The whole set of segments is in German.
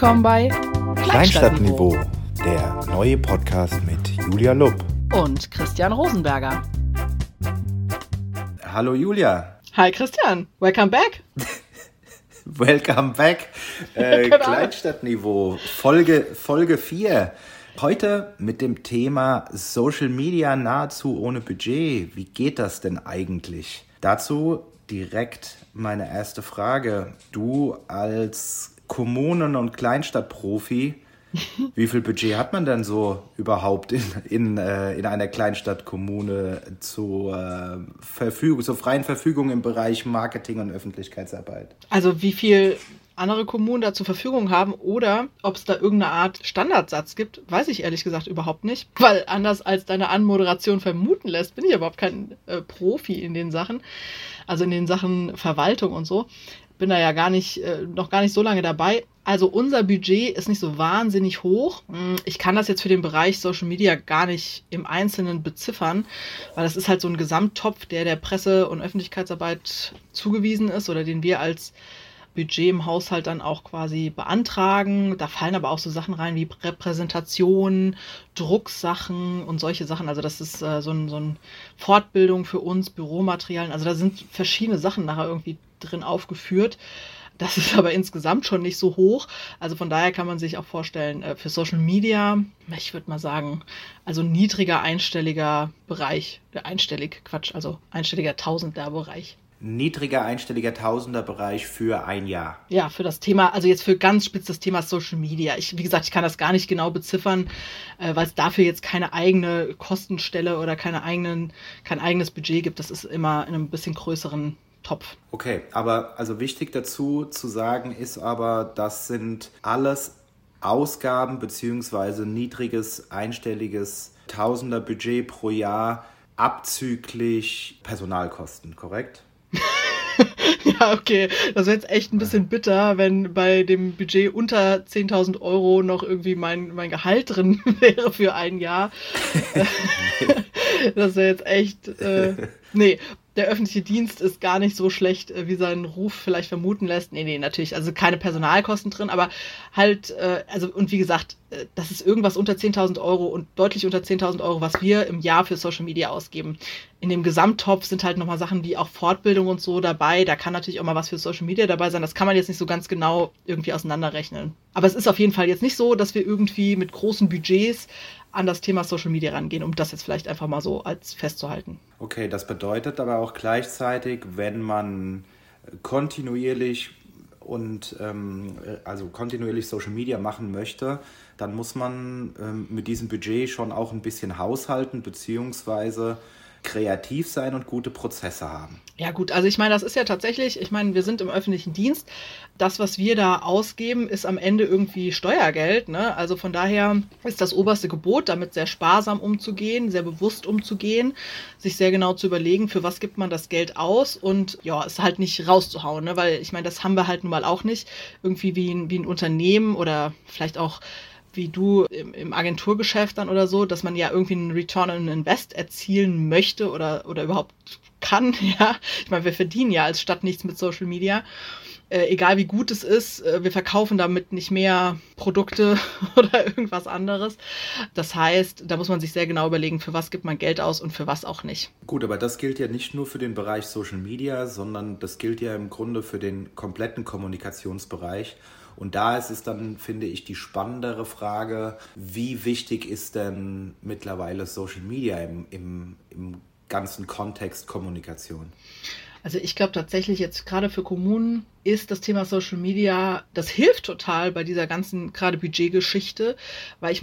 willkommen bei Kleinstadtniveau, der neue Podcast mit Julia Lupp und Christian Rosenberger. Hallo Julia. Hi Christian, welcome back. Welcome back. Kleinstadtniveau, Folge 4. Heute mit dem Thema Social Media nahezu ohne Budget. Wie geht das denn eigentlich? Dazu direkt meine erste Frage. Du als Kommunen- und Kleinstadtprofi, wie viel Budget hat man denn so überhaupt in einer Kleinstadtkommune zur freien Verfügung im Bereich Marketing und Öffentlichkeitsarbeit? Also wie viel andere Kommunen da zur Verfügung haben oder ob es da irgendeine Art Standardsatz gibt, weiß ich ehrlich gesagt überhaupt nicht. Weil anders als deine Anmoderation vermuten lässt, bin ich überhaupt kein Profi in den Sachen, also in den Sachen Verwaltung und so. Bin da ja noch gar nicht so lange dabei. Also unser Budget ist nicht so wahnsinnig hoch. Ich kann das jetzt für den Bereich Social Media gar nicht im Einzelnen beziffern, weil das ist halt so ein Gesamttopf, der Presse- und Öffentlichkeitsarbeit zugewiesen ist oder den wir als Budget im Haushalt dann auch quasi beantragen. Da fallen aber auch so Sachen rein wie Repräsentation, Drucksachen und solche Sachen. Also das ist so ein Fortbildung für uns, Büromaterialien. Also da sind verschiedene Sachen nachher irgendwie drin aufgeführt. Das ist aber insgesamt schon nicht so hoch. Also von daher kann man sich auch vorstellen, für Social Media, ich würde mal sagen, also niedriger einstelliger Bereich, einstelliger Tausender-Bereich. Niedriger einstelliger Tausender-Bereich für ein Jahr. Ja, für das Thema, also jetzt für ganz spitz das Thema Social Media. Wie gesagt, ich kann das gar nicht genau beziffern, weil es dafür jetzt keine eigene Kostenstelle oder kein eigenes Budget gibt. Das ist immer in einem bisschen größeren Topf. Okay, aber also wichtig dazu zu sagen ist aber, das sind alles Ausgaben beziehungsweise niedriges einstelliges Tausender-Budget pro Jahr abzüglich Personalkosten, korrekt? Ja, okay. Das wäre jetzt echt ein bisschen bitter, wenn bei dem Budget unter 10.000 Euro noch irgendwie mein Gehalt drin wäre für ein Jahr. Das wäre jetzt echt... Nee, der öffentliche Dienst ist gar nicht so schlecht, wie sein Ruf vielleicht vermuten lässt. Nee, natürlich, also keine Personalkosten drin, aber halt, und wie gesagt, das ist irgendwas unter 10.000 Euro und deutlich unter 10.000 Euro, was wir im Jahr für Social Media ausgeben. In dem Gesamttopf sind halt nochmal Sachen wie auch Fortbildung und so dabei. Da kann natürlich auch mal was für Social Media dabei sein. Das kann man jetzt nicht so ganz genau irgendwie auseinanderrechnen. Aber es ist auf jeden Fall jetzt nicht so, dass wir irgendwie mit großen Budgets an das Thema Social Media rangehen, um das jetzt vielleicht einfach mal so als festzuhalten. Okay, das bedeutet aber auch gleichzeitig, wenn man kontinuierlich kontinuierlich Social Media machen möchte, dann muss man mit diesem Budget schon auch ein bisschen haushalten, beziehungsweise kreativ sein und gute Prozesse haben. Ja gut, also ich meine, das ist ja tatsächlich, wir sind im öffentlichen Dienst. Das, was wir da ausgeben, ist am Ende irgendwie Steuergeld, ne? Also von daher ist das oberste Gebot, damit sehr sparsam umzugehen, sehr bewusst umzugehen, sich sehr genau zu überlegen, für was gibt man das Geld aus und ja, es halt nicht rauszuhauen, ne? Weil ich meine, das haben wir halt nun mal auch nicht irgendwie wie ein Unternehmen oder vielleicht auch wie du im Agenturgeschäft dann oder so, dass man ja irgendwie einen Return on Invest erzielen möchte oder überhaupt kann, ja. Ich meine, wir verdienen ja als Stadt nichts mit Social Media. Egal wie gut es ist, wir verkaufen damit nicht mehr Produkte oder irgendwas anderes. Das heißt, da muss man sich sehr genau überlegen, für was gibt man Geld aus und für was auch nicht. Gut, aber das gilt ja nicht nur für den Bereich Social Media, sondern das gilt ja im Grunde für den kompletten Kommunikationsbereich. Und da ist es dann, finde ich, die spannendere Frage, wie wichtig ist denn mittlerweile Social Media im ganzen Kontext Kommunikation? Also ich glaube tatsächlich jetzt gerade für Kommunen ist das Thema Social Media, das hilft total bei dieser ganzen gerade Budgetgeschichte, weil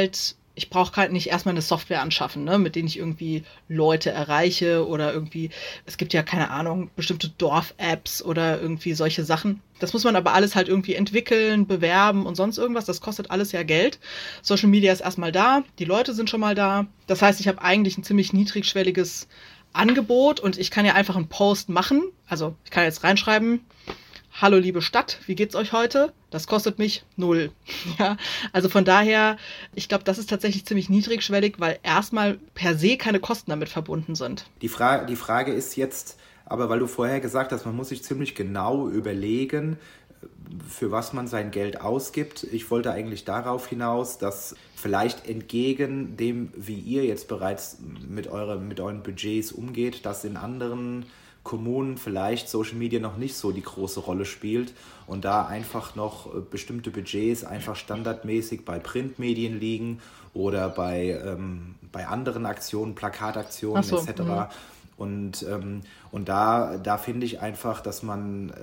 ich brauche nicht erstmal eine Software anschaffen, ne, mit denen ich irgendwie Leute erreiche oder irgendwie, es gibt ja, keine Ahnung, bestimmte Dorf-Apps oder irgendwie solche Sachen. Das muss man aber alles halt irgendwie entwickeln, bewerben und sonst irgendwas. Das kostet alles ja Geld. Social Media ist erstmal da, die Leute sind schon mal da. Das heißt, ich habe eigentlich ein ziemlich niedrigschwelliges Angebot und ich kann ja einfach einen Post machen. Also ich kann jetzt reinschreiben, hallo liebe Stadt, wie geht's euch heute? Das kostet mich 0. Ja, also von daher, ich glaube, das ist tatsächlich ziemlich niedrigschwellig, weil erstmal per se keine Kosten damit verbunden sind. Die Frage ist jetzt, aber weil du vorher gesagt hast, man muss sich ziemlich genau überlegen, für was man sein Geld ausgibt. Ich wollte eigentlich darauf hinaus, dass vielleicht entgegen dem, wie ihr jetzt bereits mit euren Budgets umgeht, dass in anderen Kommunen vielleicht Social Media noch nicht so die große Rolle spielt und da einfach noch bestimmte Budgets einfach standardmäßig bei Printmedien liegen oder bei anderen Aktionen, Plakataktionen etc. Und da finde ich einfach, dass man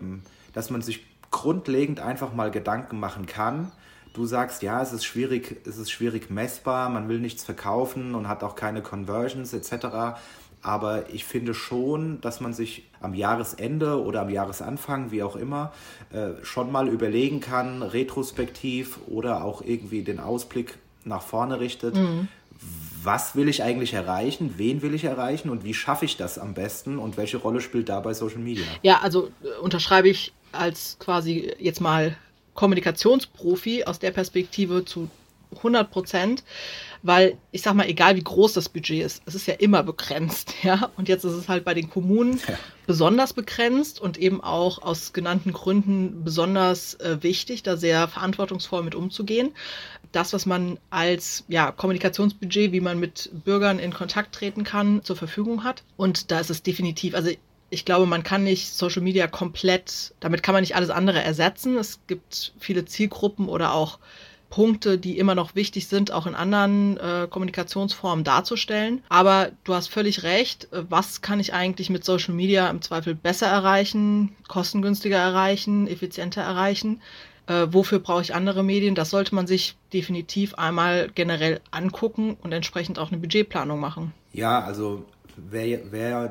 sich grundlegend einfach mal Gedanken machen kann. Du sagst, ja, es ist schwierig messbar, man will nichts verkaufen und hat auch keine Conversions etc. Aber ich finde schon, dass man sich am Jahresende oder am Jahresanfang, wie auch immer, schon mal überlegen kann, retrospektiv oder auch irgendwie den Ausblick nach vorne richtet. Was will ich eigentlich erreichen, wen will ich erreichen und wie schaffe ich das am besten und welche Rolle spielt dabei Social Media? Ja, also unterschreibe ich als quasi jetzt mal Kommunikationsprofi aus der Perspektive zu 100%, weil ich sag mal, egal wie groß das Budget ist, es ist ja immer begrenzt, ja, und jetzt ist es halt bei den Kommunen besonders begrenzt und eben auch aus genannten Gründen besonders wichtig, da sehr verantwortungsvoll mit umzugehen. Das, was man als Kommunikationsbudget, wie man mit Bürgern in Kontakt treten kann, zur Verfügung hat. Und da ist es definitiv, also ich glaube, man kann nicht Social Media komplett, damit kann man nicht alles andere ersetzen. Es gibt viele Zielgruppen oder auch Punkte, die immer noch wichtig sind, auch in anderen Kommunikationsformen darzustellen. Aber du hast völlig recht, was kann ich eigentlich mit Social Media im Zweifel besser erreichen, kostengünstiger erreichen, effizienter erreichen? Wofür brauche ich andere Medien? Das sollte man sich definitiv einmal generell angucken und entsprechend auch eine Budgetplanung machen. Ja, also wer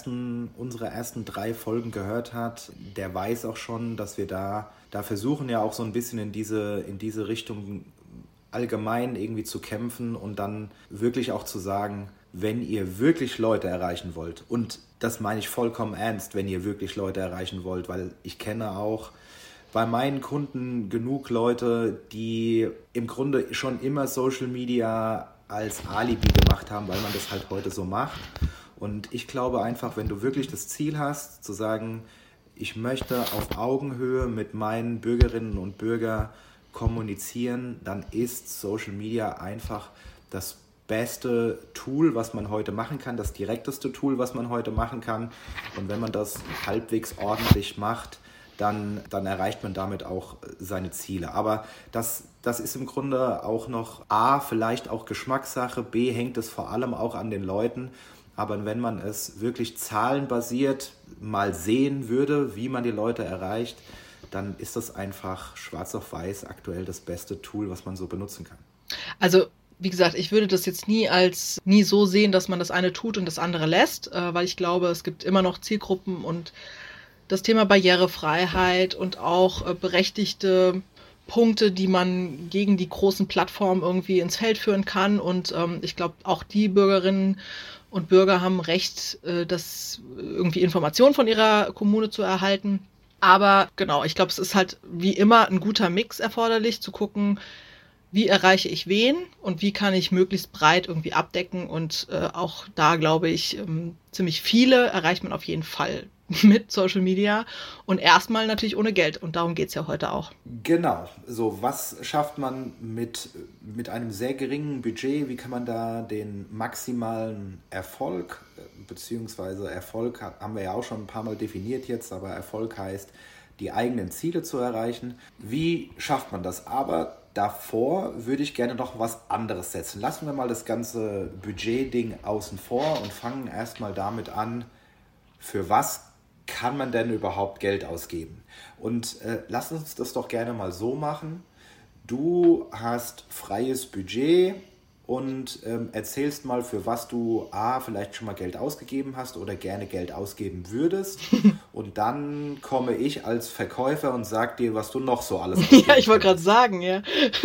unsere ersten 3 Folgen gehört hat, der weiß auch schon, dass wir da versuchen ja auch so ein bisschen in diese Richtung allgemein irgendwie zu kämpfen und dann wirklich auch zu sagen, wenn ihr wirklich Leute erreichen wollt, und das meine ich vollkommen ernst, wenn ihr wirklich Leute erreichen wollt, weil ich kenne auch bei meinen Kunden genug Leute, die im Grunde schon immer Social Media als Alibi gemacht haben, weil man das halt heute so macht. Und ich glaube einfach, wenn du wirklich das Ziel hast, zu sagen, ich möchte auf Augenhöhe mit meinen Bürgerinnen und Bürgern kommunizieren, dann ist Social Media einfach das beste Tool, was man heute machen kann, das direkteste Tool, was man heute machen kann. Und wenn man das halbwegs ordentlich macht, dann erreicht man damit auch seine Ziele. Aber das ist im Grunde auch noch A, vielleicht auch Geschmackssache, B, hängt es vor allem auch an den Leuten. Aber wenn man es wirklich zahlenbasiert mal sehen würde, wie man die Leute erreicht, dann ist das einfach schwarz auf weiß aktuell das beste Tool, was man so benutzen kann. Also wie gesagt, ich würde das jetzt nie so sehen, dass man das eine tut und das andere lässt, weil ich glaube, es gibt immer noch Zielgruppen und das Thema Barrierefreiheit und auch berechtigte Punkte, die man gegen die großen Plattformen irgendwie ins Feld führen kann. Und ich glaube, auch die Bürgerinnen und Bürger haben Recht, das irgendwie Informationen von ihrer Kommune zu erhalten. Aber genau, ich glaube, es ist halt wie immer ein guter Mix erforderlich, zu gucken, wie erreiche ich wen und wie kann ich möglichst breit irgendwie abdecken. Und auch da glaube ich, ziemlich viele erreicht man auf jeden Fall mit Social Media und erstmal natürlich ohne Geld. Und darum geht es ja heute auch. Genau. So, was schafft man mit einem sehr geringen Budget? Wie kann man da den maximalen Erfolg, beziehungsweise Erfolg haben wir ja auch schon ein paar Mal definiert jetzt, aber Erfolg heißt, die eigenen Ziele zu erreichen. Wie schafft man das? Aber davor würde ich gerne noch was anderes setzen. Lassen wir mal das ganze Budget-Ding außen vor und fangen erstmal damit an, für was kann man denn überhaupt Geld ausgeben? Und lass uns das doch gerne mal so machen. Du hast freies Budget und erzählst mal, für was du vielleicht schon mal Geld ausgegeben hast oder gerne Geld ausgeben würdest. Und dann komme ich als Verkäufer und sag dir, was du noch so alles ausgeben Ja, ich wollte gerade sagen, ja.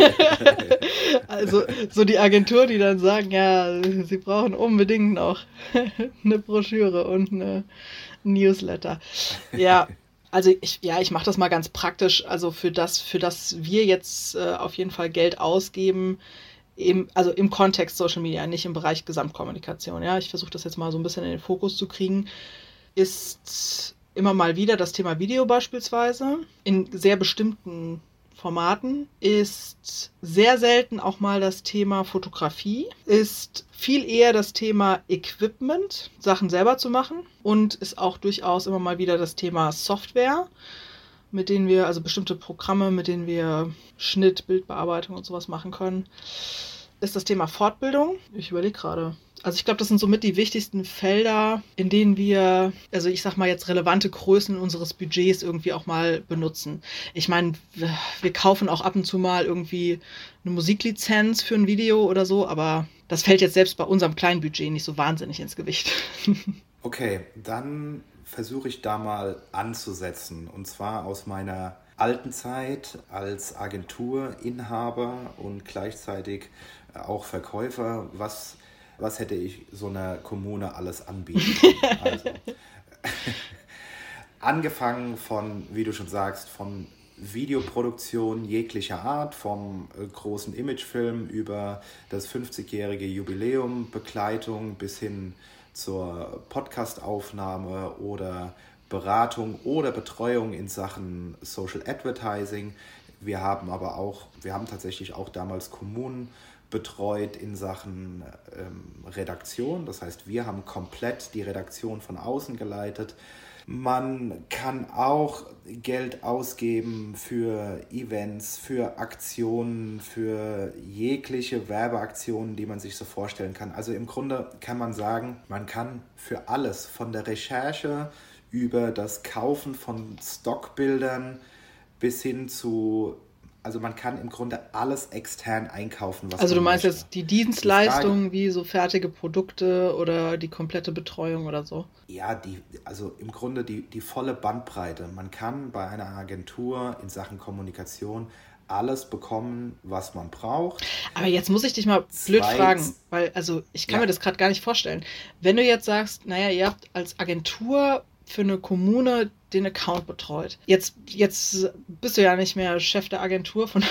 Also so die Agentur, die dann sagen, ja, sie brauchen unbedingt noch eine Broschüre und eine Newsletter. Ja, also ich mache das mal ganz praktisch. Also für das wir jetzt auf jeden Fall Geld ausgeben, im Kontext Social Media, nicht im Bereich Gesamtkommunikation. Ja, ich versuche das jetzt mal so ein bisschen in den Fokus zu kriegen, ist immer mal wieder das Thema Video beispielsweise in sehr bestimmten Formaten, ist sehr selten auch mal das Thema Fotografie, ist viel eher das Thema Equipment, Sachen selber zu machen und ist auch durchaus immer mal wieder das Thema Software, mit denen wir, also bestimmte Programme, mit denen wir Schnitt, Bildbearbeitung und sowas machen können. Ist das Thema Fortbildung. Ich überlege gerade. Also ich glaube, das sind somit die wichtigsten Felder, in denen wir, also ich sag mal jetzt relevante Größen unseres Budgets irgendwie auch mal benutzen. Ich meine, wir kaufen auch ab und zu mal irgendwie eine Musiklizenz für ein Video oder so, aber das fällt jetzt selbst bei unserem kleinen Budget nicht so wahnsinnig ins Gewicht. Okay, dann versuche ich da mal anzusetzen. Und zwar aus meiner alten Zeit als Agenturinhaber und gleichzeitig auch Verkäufer. Was hätte ich so einer Kommune alles anbieten können? Also, angefangen von, wie du schon sagst, von Videoproduktion jeglicher Art, vom großen Imagefilm über das 50-jährige Jubiläum, Begleitung bis hin zur Podcastaufnahme oder Beratung oder Betreuung in Sachen Social Advertising. Wir haben tatsächlich auch damals Kommunen betreut in Sachen Redaktion. Das heißt, wir haben komplett die Redaktion von außen geleitet. Man kann auch Geld ausgeben für Events, für Aktionen, für jegliche Werbeaktionen, die man sich so vorstellen kann. Also im Grunde kann man sagen, man kann für alles, von der Recherche über das Kaufen von Stockbildern bis hin zu, also man kann im Grunde alles extern einkaufen, was Also du man meinst möchte. jetzt die Dienstleistungen wie so fertige Produkte oder die komplette Betreuung oder so? Ja, also im Grunde die volle Bandbreite. Man kann bei einer Agentur in Sachen Kommunikation alles bekommen, was man braucht. Aber jetzt muss ich dich mal blöd fragen, weil also ich kann mir das gerade gar nicht vorstellen. Wenn du jetzt sagst, naja, ihr habt als Agentur für eine Kommune den Account betreut. Jetzt bist du ja nicht mehr Chef der Agentur von...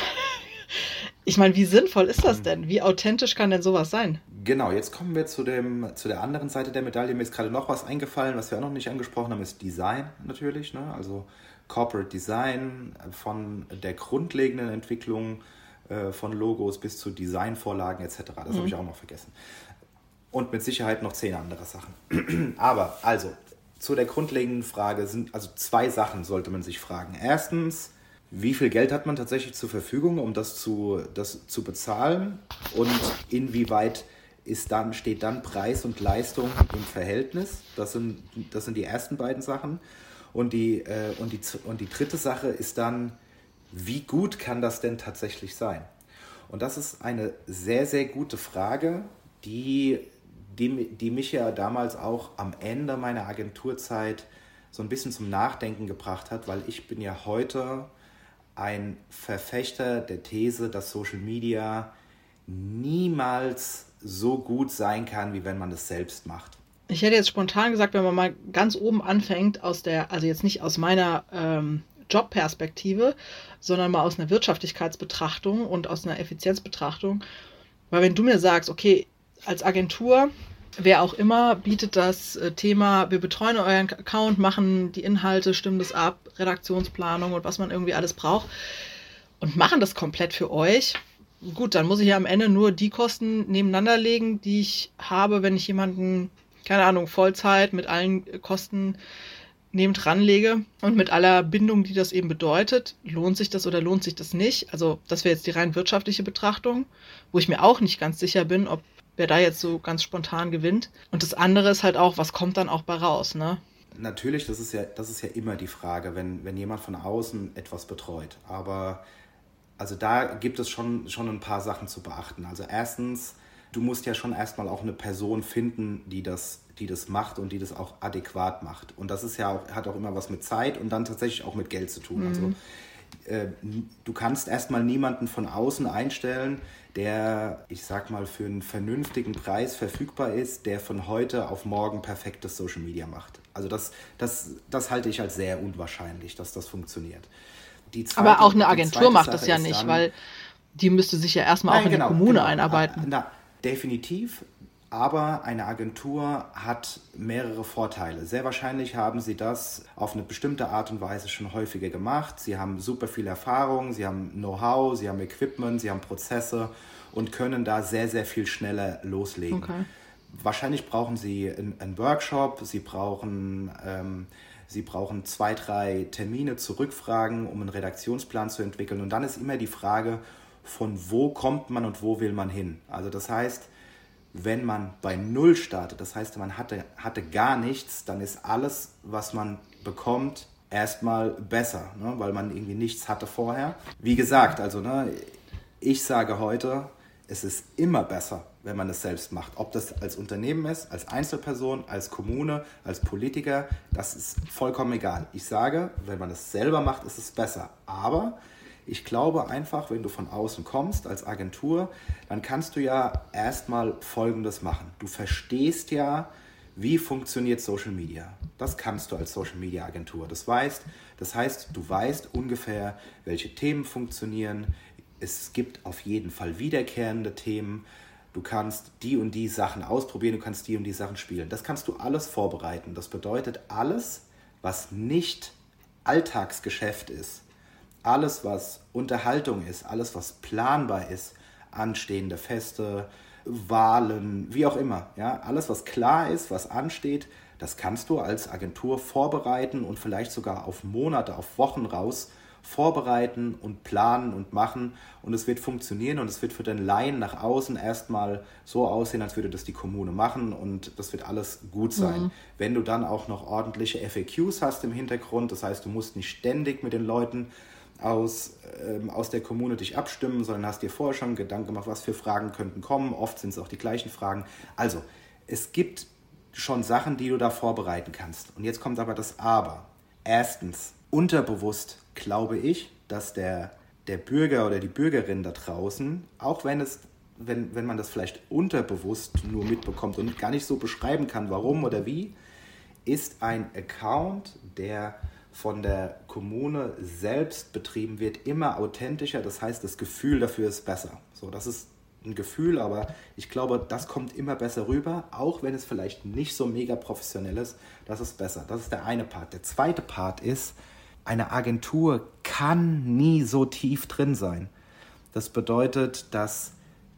Ich meine, wie sinnvoll ist das denn? Wie authentisch kann denn sowas sein? Genau, jetzt kommen wir zu der anderen Seite der Medaille. Mir ist gerade noch was eingefallen, was wir auch noch nicht angesprochen haben, ist Design natürlich. Ne? Also Corporate Design von der grundlegenden Entwicklung von Logos bis zu Designvorlagen etc. Das habe ich auch noch vergessen. Und mit Sicherheit noch 10 andere Sachen. Aber also, zu der grundlegenden Frage sind, also 2 Sachen sollte man sich fragen. Erstens, wie viel Geld hat man tatsächlich zur Verfügung, um das zu bezahlen? Und inwieweit steht dann Preis und Leistung im Verhältnis? Das sind die ersten beiden Sachen. Und die dritte Sache ist dann, wie gut kann das denn tatsächlich sein? Und das ist eine sehr, sehr gute Frage, die mich ja damals auch am Ende meiner Agenturzeit so ein bisschen zum Nachdenken gebracht hat, weil ich bin ja heute ein Verfechter der These, dass Social Media niemals so gut sein kann, wie wenn man es selbst macht. Ich hätte jetzt spontan gesagt, wenn man mal ganz oben anfängt, also jetzt nicht aus meiner Jobperspektive, sondern mal aus einer Wirtschaftlichkeitsbetrachtung und aus einer Effizienzbetrachtung. Weil wenn du mir sagst, okay, als Agentur, wer auch immer, bietet das Thema, wir betreuen euren Account, machen die Inhalte, stimmen das ab, Redaktionsplanung und was man irgendwie alles braucht und machen das komplett für euch. Gut, dann muss ich ja am Ende nur die Kosten nebeneinander legen, die ich habe, wenn ich jemanden, keine Ahnung, Vollzeit mit allen Kosten neben dran lege und mit aller Bindung, die das eben bedeutet. Lohnt sich das oder lohnt sich das nicht? Also das wäre jetzt die rein wirtschaftliche Betrachtung, wo ich mir auch nicht ganz sicher bin, ob wer da jetzt so ganz spontan gewinnt. Und das andere ist halt auch, was kommt dann auch bei raus, ne? Natürlich, das ist ja immer die Frage, wenn jemand von außen etwas betreut. Aber also da gibt es schon ein paar Sachen zu beachten. Also erstens, du musst ja schon erstmal auch eine Person finden, die das macht und die das auch adäquat macht. Und das ist hat auch immer was mit Zeit und dann tatsächlich auch mit Geld zu tun. Also du kannst erstmal niemanden von außen einstellen, der, ich sag mal, für einen vernünftigen Preis verfügbar ist, der von heute auf morgen perfektes Social Media macht. Also das halte ich als sehr unwahrscheinlich, dass das funktioniert. Aber auch eine Agentur macht das ja nicht, weil die müsste sich ja erstmal auch in die Kommune einarbeiten. Definitiv. Aber eine Agentur hat mehrere Vorteile. Sehr wahrscheinlich haben Sie das auf eine bestimmte Art und Weise schon häufiger gemacht. Sie haben super viel Erfahrung, Sie haben Know-how, Sie haben Equipment, Sie haben Prozesse und können da sehr, sehr viel schneller loslegen. Okay. Wahrscheinlich brauchen Sie einen Workshop, Sie brauchen 2, 3 Termine zu Rückfragen, um einen Redaktionsplan zu entwickeln. Und dann ist immer die Frage, von wo kommt man und wo will man hin? Also das heißt, wenn man bei Null startet, das heißt, man hatte gar nichts, dann ist alles, was man bekommt, erstmal besser, ne? Weil man irgendwie nichts hatte vorher. Wie gesagt, also ich sage heute, es ist immer besser, wenn man es selbst macht. Ob das als Unternehmen ist, als Einzelperson, als Kommune, als Politiker, das ist vollkommen egal. Ich sage, wenn man es selber macht, ist es besser. Aber ich glaube einfach, wenn du von außen kommst als Agentur, dann kannst du ja erstmal Folgendes machen. Du verstehst ja, wie funktioniert Social Media. Das kannst du als Social Media Agentur. Das heißt, du weißt ungefähr, welche Themen funktionieren. Es gibt auf jeden Fall wiederkehrende Themen. Du kannst die und die Sachen ausprobieren, du kannst die und die Sachen spielen. Das kannst du alles vorbereiten. Das bedeutet, alles, was nicht Alltagsgeschäft ist, alles, was Unterhaltung ist, alles, was planbar ist, anstehende Feste, Wahlen, wie auch immer, ja, alles, was klar ist, was ansteht, das kannst du als Agentur vorbereiten und vielleicht sogar auf Monate, auf Wochen raus vorbereiten und planen und machen und es wird funktionieren und es wird für den Laien nach außen erstmal so aussehen, als würde das die Kommune machen und das wird alles gut sein. Mhm. Wenn du dann auch noch ordentliche FAQs hast im Hintergrund, das heißt, du musst nicht ständig mit den Leuten aus der Kommune dich abstimmen, sondern hast dir vorher schon Gedanken gemacht, was für Fragen könnten kommen. Oft sind es auch die gleichen Fragen. Also, es gibt schon Sachen, die du da vorbereiten kannst. Und jetzt kommt aber das Aber. Erstens, unterbewusst glaube ich, dass der Bürger oder die Bürgerin da draußen, auch wenn man das vielleicht unterbewusst nur mitbekommt und gar nicht so beschreiben kann, warum oder wie, ist ein Account, der von der Kommune selbst betrieben wird, immer authentischer. Das heißt, das Gefühl dafür ist besser. So, das ist ein Gefühl, aber ich glaube, das kommt immer besser rüber, auch wenn es vielleicht nicht so mega professionell ist. Das ist besser. Das ist der eine Part. Der zweite Part ist, eine Agentur kann nie so tief drin sein. Das bedeutet, dass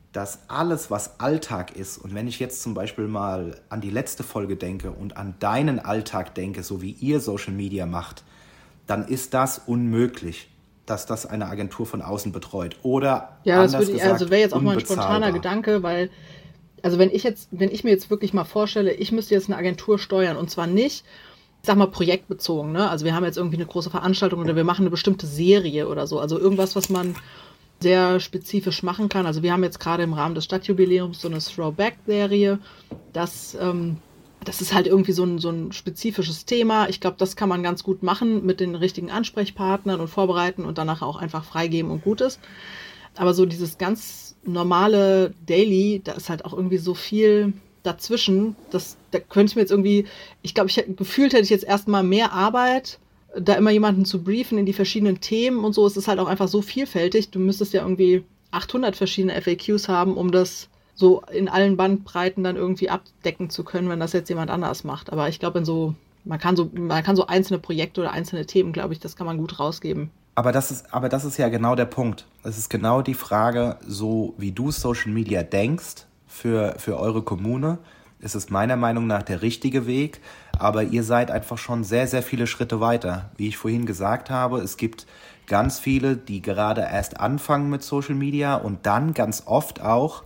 alles, was Alltag ist, und wenn ich jetzt zum Beispiel mal an die letzte Folge denke und an deinen Alltag denke, so wie ihr Social Media macht, dann ist das unmöglich, dass das eine Agentur von außen betreut. Oder ja, das wäre jetzt auch mal ein spontaner Gedanke, weil, also wenn ich mir jetzt wirklich mal vorstelle, ich müsste jetzt eine Agentur steuern und zwar nicht, ich sag mal, projektbezogen, ne? Also wir haben jetzt irgendwie eine große Veranstaltung oder wir machen eine bestimmte Serie oder so, also irgendwas, was man sehr spezifisch machen kann. Also wir haben jetzt gerade im Rahmen des Stadtjubiläums so eine Throwback-Serie. Das ist halt irgendwie so ein spezifisches Thema. Ich glaube, das kann man ganz gut machen mit den richtigen Ansprechpartnern und vorbereiten und danach auch einfach freigeben und gut ist. Aber so dieses ganz normale Daily, da ist halt auch irgendwie so viel dazwischen. Da könnte ich mir jetzt irgendwie, ich glaube, gefühlt hätte ich jetzt erstmal mehr Arbeit, da immer jemanden zu briefen in die verschiedenen Themen und so. Es ist halt auch einfach so vielfältig. Du müsstest ja irgendwie 800 verschiedene FAQs haben, um das so in allen Bandbreiten dann irgendwie abdecken zu können, wenn das jetzt jemand anders macht. Aber ich glaube, man kann so einzelne Projekte oder einzelne Themen, glaube ich, das kann man gut rausgeben. Aber das ist ja genau der Punkt. Es ist genau die Frage, so wie du Social Media denkst für eure Kommune, ist es meiner Meinung nach der richtige Weg, aber ihr seid einfach schon sehr, sehr viele Schritte weiter. Wie ich vorhin gesagt habe, es gibt ganz viele, die gerade erst anfangen mit Social Media und dann ganz oft auch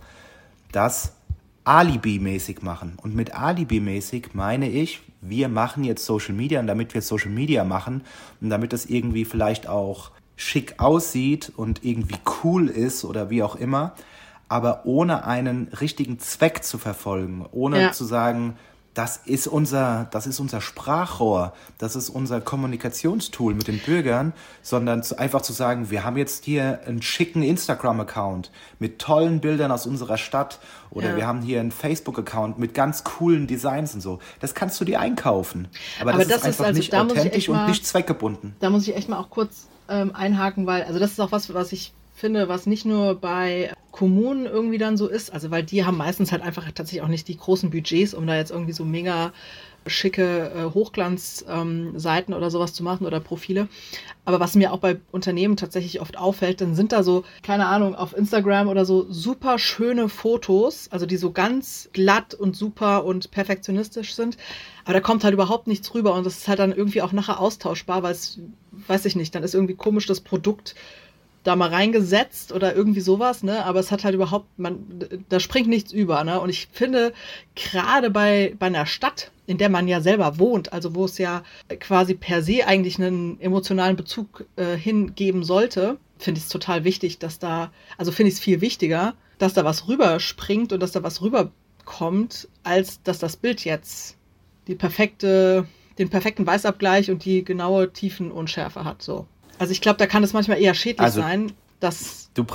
das Alibi-mäßig machen. Und mit Alibi-mäßig meine ich, wir machen jetzt Social Media und damit wir Social Media machen und damit es irgendwie vielleicht auch schick aussieht und irgendwie cool ist oder wie auch immer, aber ohne einen richtigen Zweck zu verfolgen, ohne zu sagen, das ist unser Sprachrohr, das ist unser Kommunikationstool mit den Bürgern, sondern einfach zu sagen, wir haben jetzt hier einen schicken Instagram-Account mit tollen Bildern aus unserer Stadt oder wir haben hier einen Facebook-Account mit ganz coolen Designs und so. Das kannst du dir einkaufen, aber das ist einfach nicht authentisch und nicht zweckgebunden. Da muss ich echt mal auch kurz einhaken, weil, also das ist auch was ich finde, was nicht nur bei Kommunen irgendwie dann so ist, also weil die haben meistens halt einfach tatsächlich auch nicht die großen Budgets, um da jetzt irgendwie so mega schicke Hochglanzseiten oder sowas zu machen oder Profile. Aber was mir auch bei Unternehmen tatsächlich oft auffällt, dann sind da so, keine Ahnung, auf Instagram oder so super schöne Fotos, also die so ganz glatt und super und perfektionistisch sind. Aber da kommt halt überhaupt nichts rüber und das ist halt dann irgendwie auch nachher austauschbar, weil es, weiß ich nicht, dann ist irgendwie komisch das Produkt da mal reingesetzt oder irgendwie sowas, ne? Aber es hat halt überhaupt, da springt nichts über, ne? Und ich finde, gerade bei einer Stadt, in der man ja selber wohnt, also wo es ja quasi per se eigentlich einen emotionalen Bezug hingeben sollte, finde ich es total wichtig, also finde ich es viel wichtiger, dass da was rüberspringt und dass da was rüberkommt, als dass das Bild jetzt den perfekten Weißabgleich und die genaue Tiefenunschärfe hat, so. Also ich glaube, da kann es manchmal eher schädlich sein, dass... Du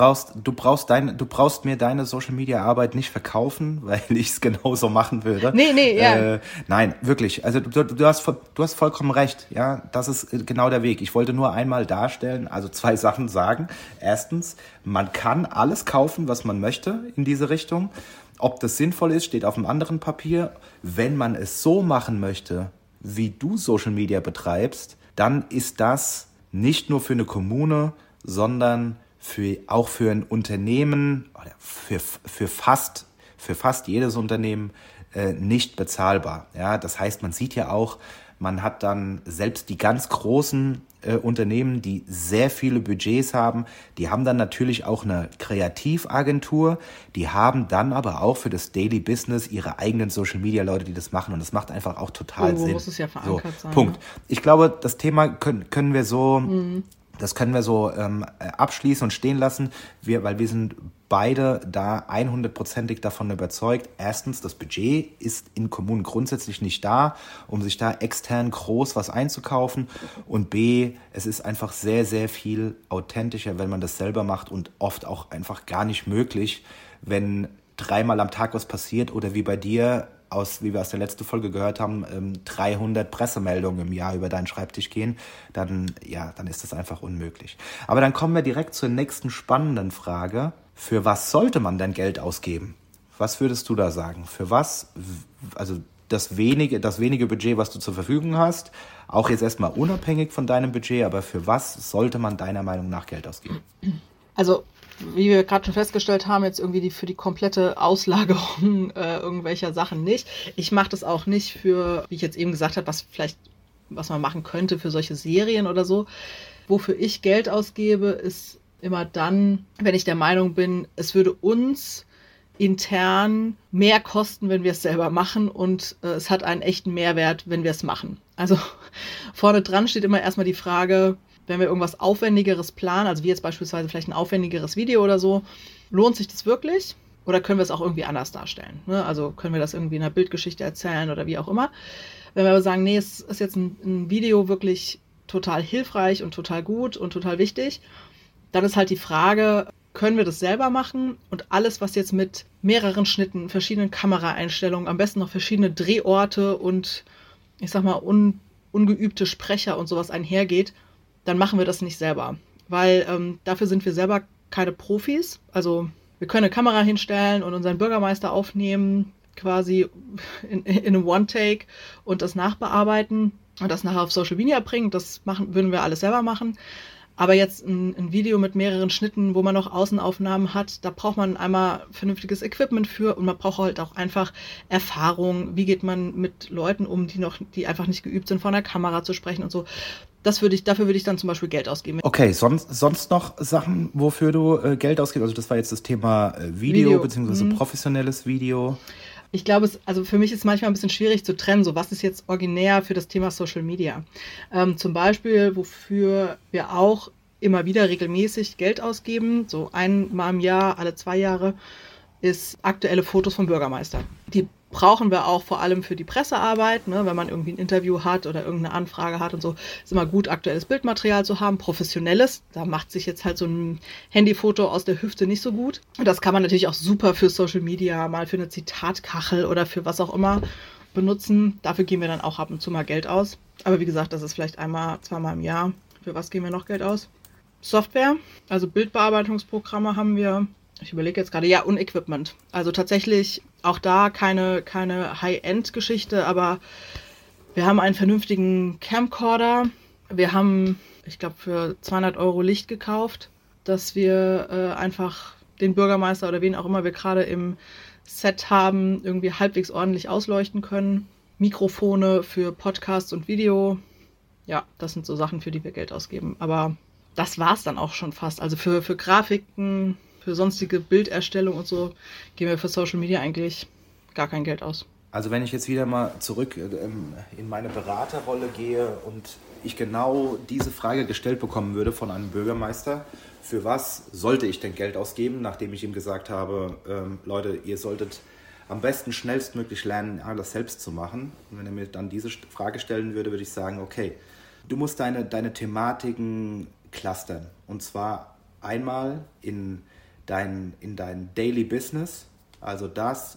brauchst mir deine Social-Media-Arbeit nicht verkaufen, weil ich es genauso machen würde. Nee, ja. Nein, wirklich. Also du hast vollkommen recht. Ja, das ist genau der Weg. Ich wollte nur einmal darstellen, also 2 Sachen sagen. Erstens, man kann alles kaufen, was man möchte in diese Richtung. Ob das sinnvoll ist, steht auf einem anderen Papier. Wenn man es so machen möchte, wie du Social-Media betreibst, dann ist das nicht nur für eine Kommune, sondern auch für ein Unternehmen oder für fast jedes Unternehmen nicht bezahlbar. Ja, das heißt, man sieht ja auch, man hat dann selbst die ganz großen Unternehmen, die sehr viele Budgets haben, die haben dann natürlich auch eine Kreativagentur, die haben dann aber auch für das Daily Business ihre eigenen Social-Media-Leute, die das machen und das macht einfach auch total Sinn. Muss es ja verankert sein. Punkt. Ich glaube, das Thema können wir so... Das können wir so abschließen und stehen lassen, weil wir sind beide da 100%ig davon überzeugt. Erstens, das Budget ist in Kommunen grundsätzlich nicht da, um sich da extern groß was einzukaufen. Und B, es ist einfach sehr, sehr viel authentischer, wenn man das selber macht und oft auch einfach gar nicht möglich, wenn 3-mal am Tag was passiert oder wie bei dir, wie wir aus der letzten Folge gehört haben, 300 Pressemeldungen im Jahr über deinen Schreibtisch gehen, dann ist das einfach unmöglich. Aber dann kommen wir direkt zur nächsten spannenden Frage. Für was sollte man denn Geld ausgeben? Was würdest du da sagen? Für was, also das wenige Budget, was du zur Verfügung hast, auch jetzt erstmal unabhängig von deinem Budget, aber für was sollte man deiner Meinung nach Geld ausgeben? Also wie wir gerade schon festgestellt haben, jetzt irgendwie für die komplette Auslagerung irgendwelcher Sachen nicht. Ich mache das auch nicht für, wie ich jetzt eben gesagt habe, was man machen könnte für solche Serien oder so. Wofür ich Geld ausgebe, ist immer dann, wenn ich der Meinung bin, es würde uns intern mehr kosten, wenn wir es selber machen und es hat einen echten Mehrwert, wenn wir es machen. Also vorne dran steht immer erstmal die Frage, wenn wir irgendwas Aufwendigeres planen, also wie jetzt beispielsweise vielleicht ein aufwendigeres Video oder so, lohnt sich das wirklich? Oder können wir es auch irgendwie anders darstellen? Ne? Also können wir das irgendwie in einer Bildgeschichte erzählen oder wie auch immer. Wenn wir aber sagen, nee, es ist jetzt ein Video wirklich total hilfreich und total gut und total wichtig, dann ist halt die Frage, können wir das selber machen? Und alles, was jetzt mit mehreren Schnitten, verschiedenen Kameraeinstellungen, am besten noch verschiedene Drehorte und ich sag mal ungeübte Sprecher und sowas einhergeht, dann machen wir das nicht selber. Weil dafür sind wir selber keine Profis. Also wir können eine Kamera hinstellen und unseren Bürgermeister aufnehmen, quasi in einem One-Take und das nachbearbeiten und das nachher auf Social Media bringen. Würden wir alles selber machen. Aber jetzt ein Video mit mehreren Schnitten, wo man noch Außenaufnahmen hat, da braucht man einmal vernünftiges Equipment für und man braucht halt auch einfach Erfahrung. Wie geht man mit Leuten um, die einfach nicht geübt sind, vor einer Kamera zu sprechen und so. Dafür würde ich dann zum Beispiel Geld ausgeben. Okay, sonst noch Sachen, wofür du Geld ausgibst? Also das war jetzt das Thema Video. Beziehungsweise professionelles Video. Ich glaube, also für mich ist es manchmal ein bisschen schwierig zu trennen, so was ist jetzt originär für das Thema Social Media. Zum Beispiel, wofür wir auch immer wieder regelmäßig Geld ausgeben, so einmal im Jahr, alle 2 Jahre, ist aktuelle Fotos vom Bürgermeister. Die brauchen wir auch vor allem für die Pressearbeit, ne, wenn man irgendwie ein Interview hat oder irgendeine Anfrage hat und so, ist immer gut, aktuelles Bildmaterial zu haben, professionelles. Da macht sich jetzt halt so ein Handyfoto aus der Hüfte nicht so gut. Und das kann man natürlich auch super für Social Media, mal für eine Zitatkachel oder für was auch immer benutzen. Dafür geben wir dann auch ab und zu mal Geld aus. Aber wie gesagt, das ist vielleicht 1-, 2-mal im Jahr. Für was geben wir noch Geld aus? Software, also Bildbearbeitungsprogramme haben wir. Ich überlege jetzt gerade, ja, und Equipment. Also tatsächlich auch da keine High-End-Geschichte, aber wir haben einen vernünftigen Camcorder. Wir haben, ich glaube, für 200 € Licht gekauft, dass wir einfach den Bürgermeister oder wen auch immer wir gerade im Set haben, irgendwie halbwegs ordentlich ausleuchten können. Mikrofone für Podcasts und Video. Ja, das sind so Sachen, für die wir Geld ausgeben. Aber das war's dann auch schon fast. Also für Grafiken, für sonstige Bilderstellung und so geben wir für Social Media eigentlich gar kein Geld aus. Also wenn ich jetzt wieder mal zurück in meine Beraterrolle gehe und ich genau diese Frage gestellt bekommen würde von einem Bürgermeister, für was sollte ich denn Geld ausgeben, nachdem ich ihm gesagt habe, Leute, ihr solltet am besten schnellstmöglich lernen, alles selbst zu machen. Und wenn er mir dann diese Frage stellen würde, würde ich sagen, okay, du musst deine Thematiken clustern. Und zwar einmal in dein Daily Business, also das,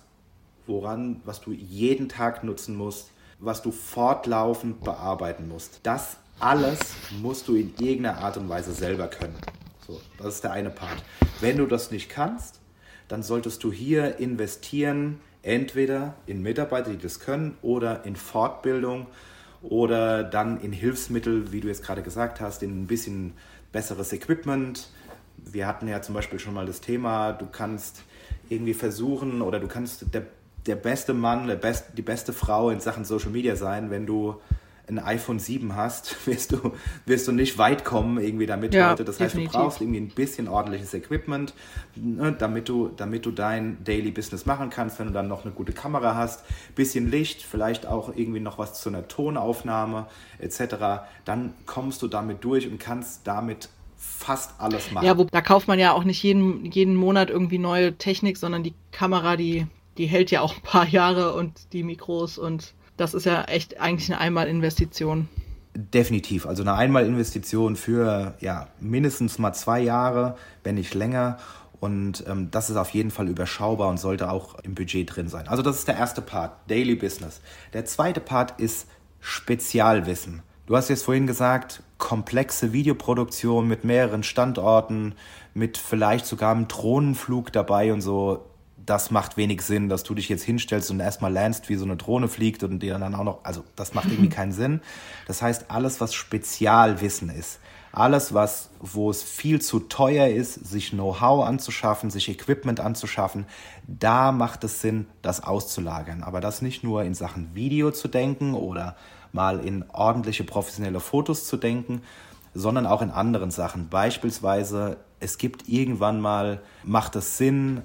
was du jeden Tag nutzen musst, was du fortlaufend bearbeiten musst. Das alles musst du in irgendeiner Art und Weise selber können. So, das ist der eine Part. Wenn du das nicht kannst, dann solltest du hier investieren, entweder in Mitarbeiter, die das können, oder in Fortbildung oder dann in Hilfsmittel, wie du jetzt gerade gesagt hast, in ein bisschen besseres Equipment. Wir hatten ja zum Beispiel schon mal das Thema, du kannst irgendwie versuchen oder du kannst der beste Mann, die beste Frau in Sachen Social Media sein, wenn du ein iPhone 7 hast, wirst du nicht weit kommen irgendwie damit heute. Das heißt, du brauchst irgendwie ein bisschen ordentliches Equipment, damit du dein Daily Business machen kannst. Wenn du dann noch eine gute Kamera hast, bisschen Licht, vielleicht auch irgendwie noch was zu einer Tonaufnahme etc., dann kommst du damit durch und kannst damit fast alles machen. Ja, da kauft man ja auch nicht jeden Monat irgendwie neue Technik, sondern die Kamera, die hält ja auch ein paar Jahre und die Mikros und das ist ja echt eigentlich eine Einmalinvestition. Definitiv, also eine Einmalinvestition für mindestens mal 2 Jahre, wenn nicht länger. Und das ist auf jeden Fall überschaubar und sollte auch im Budget drin sein. Also das ist der erste Part, Daily Business. Der zweite Part ist Spezialwissen. Du hast jetzt vorhin gesagt, komplexe Videoproduktion mit mehreren Standorten, mit vielleicht sogar einem Drohnenflug dabei und so. Das macht wenig Sinn, dass du dich jetzt hinstellst und erstmal lernst, wie so eine Drohne fliegt und dir dann auch noch, also das macht irgendwie keinen Sinn. Das heißt, alles, was Spezialwissen ist, alles, wo es viel zu teuer ist, sich Know-how anzuschaffen, sich Equipment anzuschaffen, da macht es Sinn, das auszulagern. Aber das nicht nur in Sachen Video zu denken oder mal in ordentliche professionelle Fotos zu denken, sondern auch in anderen Sachen. Beispielsweise, es gibt irgendwann mal, macht es Sinn,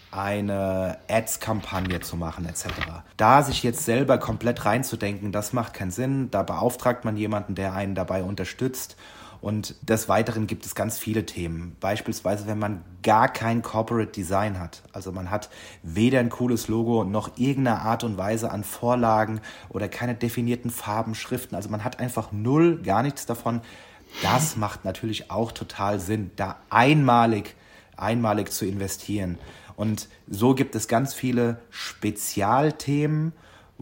eine Ads-Kampagne zu machen etc. Da sich jetzt selber komplett reinzudenken, das macht keinen Sinn. Da beauftragt man jemanden, der einen dabei unterstützt. Und des Weiteren gibt es ganz viele Themen. Beispielsweise, wenn man gar kein Corporate Design hat. Also man hat weder ein cooles Logo noch irgendeine Art und Weise an Vorlagen oder keine definierten Farben, Schriften. Also man hat einfach gar nichts davon. Das macht natürlich auch total Sinn, da einmalig zu investieren. Und so gibt es ganz viele Spezialthemen,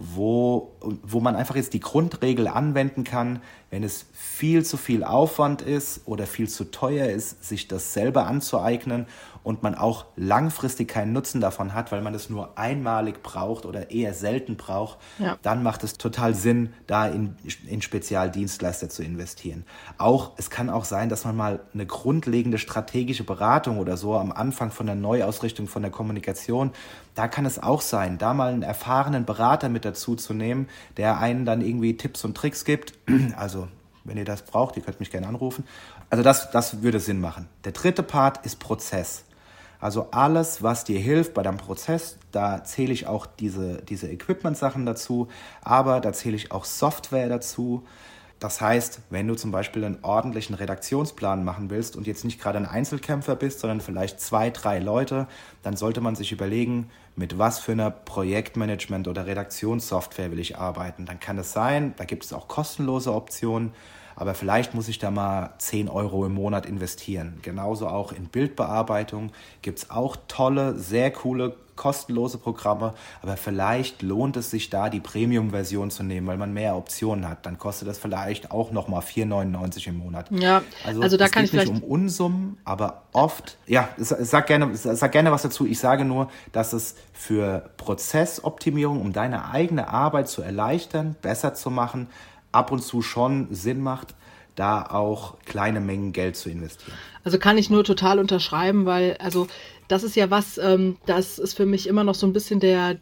wo man einfach jetzt die Grundregel anwenden kann, wenn es viel zu viel Aufwand ist oder viel zu teuer ist, sich das selber anzueignen und man auch langfristig keinen Nutzen davon hat, weil man es nur einmalig braucht oder eher selten braucht, dann macht es total Sinn, da in Spezialdienstleister zu investieren. Es kann auch sein, dass man mal eine grundlegende strategische Beratung oder so am Anfang von der Neuausrichtung von der Kommunikation, da kann es auch sein, da mal einen erfahrenen Berater mit dazu zu nehmen, der einen dann irgendwie Tipps und Tricks gibt. Also, wenn ihr das braucht, ihr könnt mich gerne anrufen. Also das würde Sinn machen. Der dritte Part ist Prozess. Also alles, was dir hilft bei deinem Prozess, da zähle ich auch diese Equipment-Sachen dazu, aber da zähle ich auch Software dazu. Das heißt, wenn du zum Beispiel einen ordentlichen Redaktionsplan machen willst und jetzt nicht gerade ein Einzelkämpfer bist, sondern vielleicht 2, 3 Leute, dann sollte man sich überlegen, mit was für einer Projektmanagement- oder Redaktionssoftware will ich arbeiten. Dann kann es sein, da gibt es auch kostenlose Optionen, aber vielleicht muss ich da mal 10 Euro im Monat investieren. Genauso auch in Bildbearbeitung gibt es auch tolle, sehr coole, kostenlose Programme, aber vielleicht lohnt es sich da, die Premium-Version zu nehmen, weil man mehr Optionen hat. Dann kostet das vielleicht auch nochmal 4,99 im Monat. Ja, also da kann ich vielleicht... Es geht nicht um Unsummen, aber oft... Ja, sag gerne was dazu. Ich sage nur, dass es für Prozessoptimierung, um deine eigene Arbeit zu erleichtern, besser zu machen, ab und zu schon Sinn macht, da auch kleine Mengen Geld zu investieren. Also kann ich nur total unterschreiben, weil also das ist ja was, das ist für mich immer noch so ein bisschen der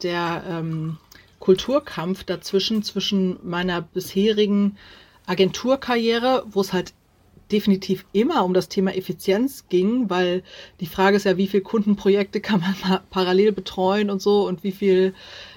Kulturkampf dazwischen, zwischen meiner bisherigen Agenturkarriere, wo es halt definitiv immer um das Thema Effizienz ging, weil die Frage ist ja, wie viele Kundenprojekte kann man parallel betreuen und so und wie viel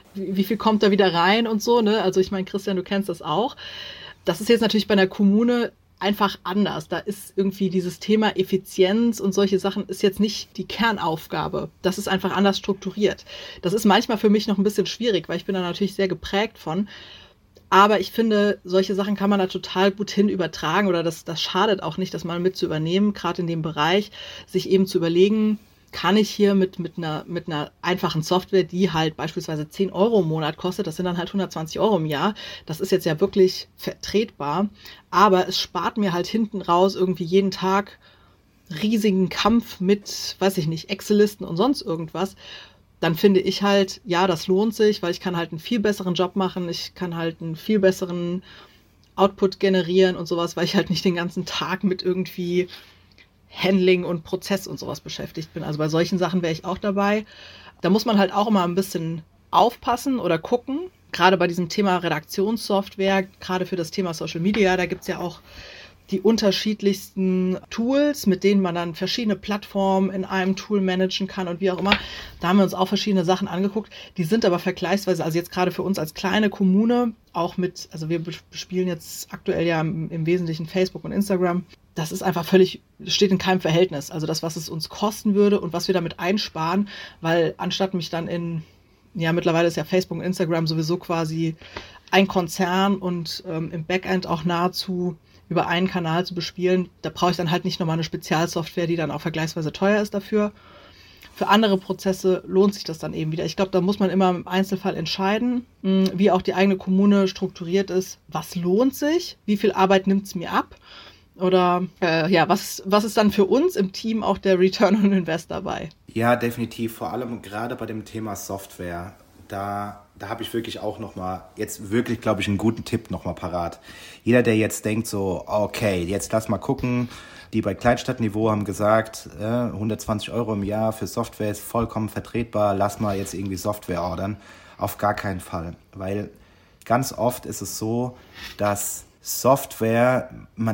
kommt da wieder rein und so, ne? Also ich meine, Christian, du kennst das auch. Das ist jetzt natürlich bei einer Kommune einfach anders. Da ist irgendwie dieses Thema Effizienz und solche Sachen ist jetzt nicht die Kernaufgabe. Das ist einfach anders strukturiert. Das ist manchmal für mich noch ein bisschen schwierig, weil ich bin da natürlich sehr geprägt von. Aber ich finde, solche Sachen kann man da total gut hin übertragen oder das schadet auch nicht, das mal mit zu übernehmen, gerade in dem Bereich, sich eben zu überlegen, kann ich hier mit einer einfachen Software, die halt beispielsweise 10 Euro im Monat kostet, das sind dann halt 120 Euro im Jahr, das ist jetzt ja wirklich vertretbar, aber es spart mir halt hinten raus irgendwie jeden Tag riesigen Kampf mit, weiß ich nicht, Excel-Listen und sonst irgendwas. Dann finde ich halt, ja, das lohnt sich, weil ich kann halt einen viel besseren Job machen, ich kann halt einen viel besseren Output generieren und sowas, weil ich halt nicht den ganzen Tag mit irgendwie Handling und Prozess und sowas beschäftigt bin. Also bei solchen Sachen wäre ich auch dabei. Da muss man halt auch immer ein bisschen aufpassen oder gucken. Gerade bei diesem Thema Redaktionssoftware, gerade für das Thema Social Media, da gibt es ja auch die unterschiedlichsten Tools, mit denen man dann verschiedene Plattformen in einem Tool managen kann und wie auch immer. Da haben wir uns auch verschiedene Sachen angeguckt. Die sind aber vergleichsweise, also jetzt gerade für uns als kleine Kommune, auch mit, also wir bespielen jetzt aktuell ja im Wesentlichen Facebook und Instagram. Das ist einfach steht in keinem Verhältnis. Also das, was es uns kosten würde und was wir damit einsparen, weil anstatt mich dann mittlerweile ist ja Facebook und Instagram sowieso quasi ein Konzern und im Backend auch nahezu über einen Kanal zu bespielen, da brauche ich dann halt nicht nochmal eine Spezialsoftware, die dann auch vergleichsweise teuer ist dafür. Für andere Prozesse lohnt sich das dann eben wieder. Ich glaube, da muss man immer im Einzelfall entscheiden, wie auch die eigene Kommune strukturiert ist. Was lohnt sich? Wie viel Arbeit nimmt es mir ab? Oder was ist dann für uns im Team auch der Return on Invest dabei? Ja, definitiv. Vor allem gerade bei dem Thema Software. Da habe ich wirklich auch nochmal, jetzt wirklich, glaube ich, einen guten Tipp nochmal parat. Jeder, der jetzt denkt so, okay, jetzt lass mal gucken, die bei Kleinstadtniveau haben gesagt, 120 Euro im Jahr für Software ist vollkommen vertretbar, lass mal jetzt irgendwie Software ordern. Auf gar keinen Fall, weil ganz oft ist es so, dass Software,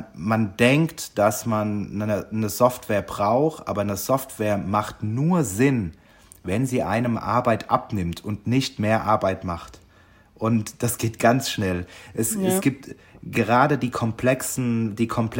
man denkt, dass man eine Software braucht, aber eine Software macht nur Sinn, wenn sie einem Arbeit abnimmt und nicht mehr Arbeit macht. Und das geht ganz schnell. Es gibt gerade die komplexen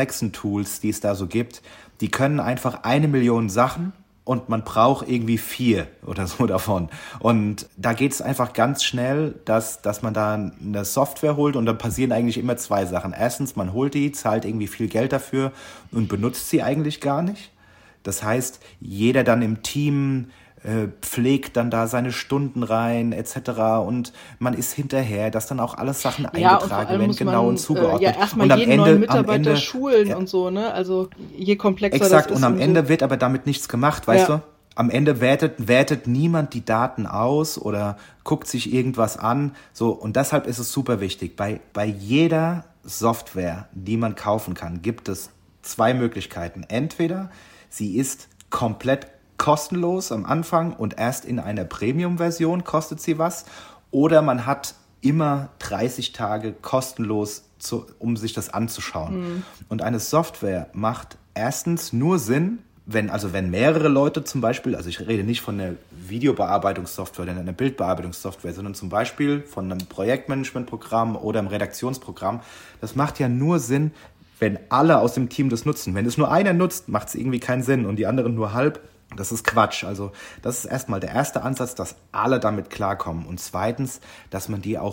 Tools, die es da so gibt, die können einfach 1 Million Sachen und man braucht irgendwie 4 oder so davon. Und da geht es einfach ganz schnell, dass man da eine Software holt und dann passieren eigentlich immer 2 Sachen. Erstens, man holt die, zahlt irgendwie viel Geld dafür und benutzt sie eigentlich gar nicht. Das heißt, jeder dann im Team pflegt dann da seine Stunden rein etc. und man ist hinterher, dass dann auch alles Sachen eingetragen werden, genau und zugeordnet. Ja, erstmal jeden neuen Mitarbeiter schulen und so, ne? Also je komplexer das ist. Exakt, und am Ende wird aber damit nichts gemacht, weißt du? Am Ende wertet niemand die Daten aus oder guckt sich irgendwas an. So, und deshalb ist es super wichtig. Bei jeder Software, die man kaufen kann, gibt es 2 Möglichkeiten. Entweder sie ist komplett kostenlos am Anfang und erst in einer Premium-Version kostet sie was. Oder man hat immer 30 Tage kostenlos, um sich das anzuschauen. Und eine Software macht erstens nur Sinn, wenn mehrere Leute zum Beispiel, also ich rede nicht von einer Videobearbeitungssoftware oder einer Bildbearbeitungssoftware, sondern zum Beispiel von einem Projektmanagementprogramm oder einem Redaktionsprogramm. Das macht ja nur Sinn, wenn alle aus dem Team das nutzen. Wenn es nur einer nutzt, macht es irgendwie keinen Sinn und die anderen nur halb. Das ist Quatsch. Also das ist erstmal der erste Ansatz, dass alle damit klarkommen. Und zweitens, dass man die auch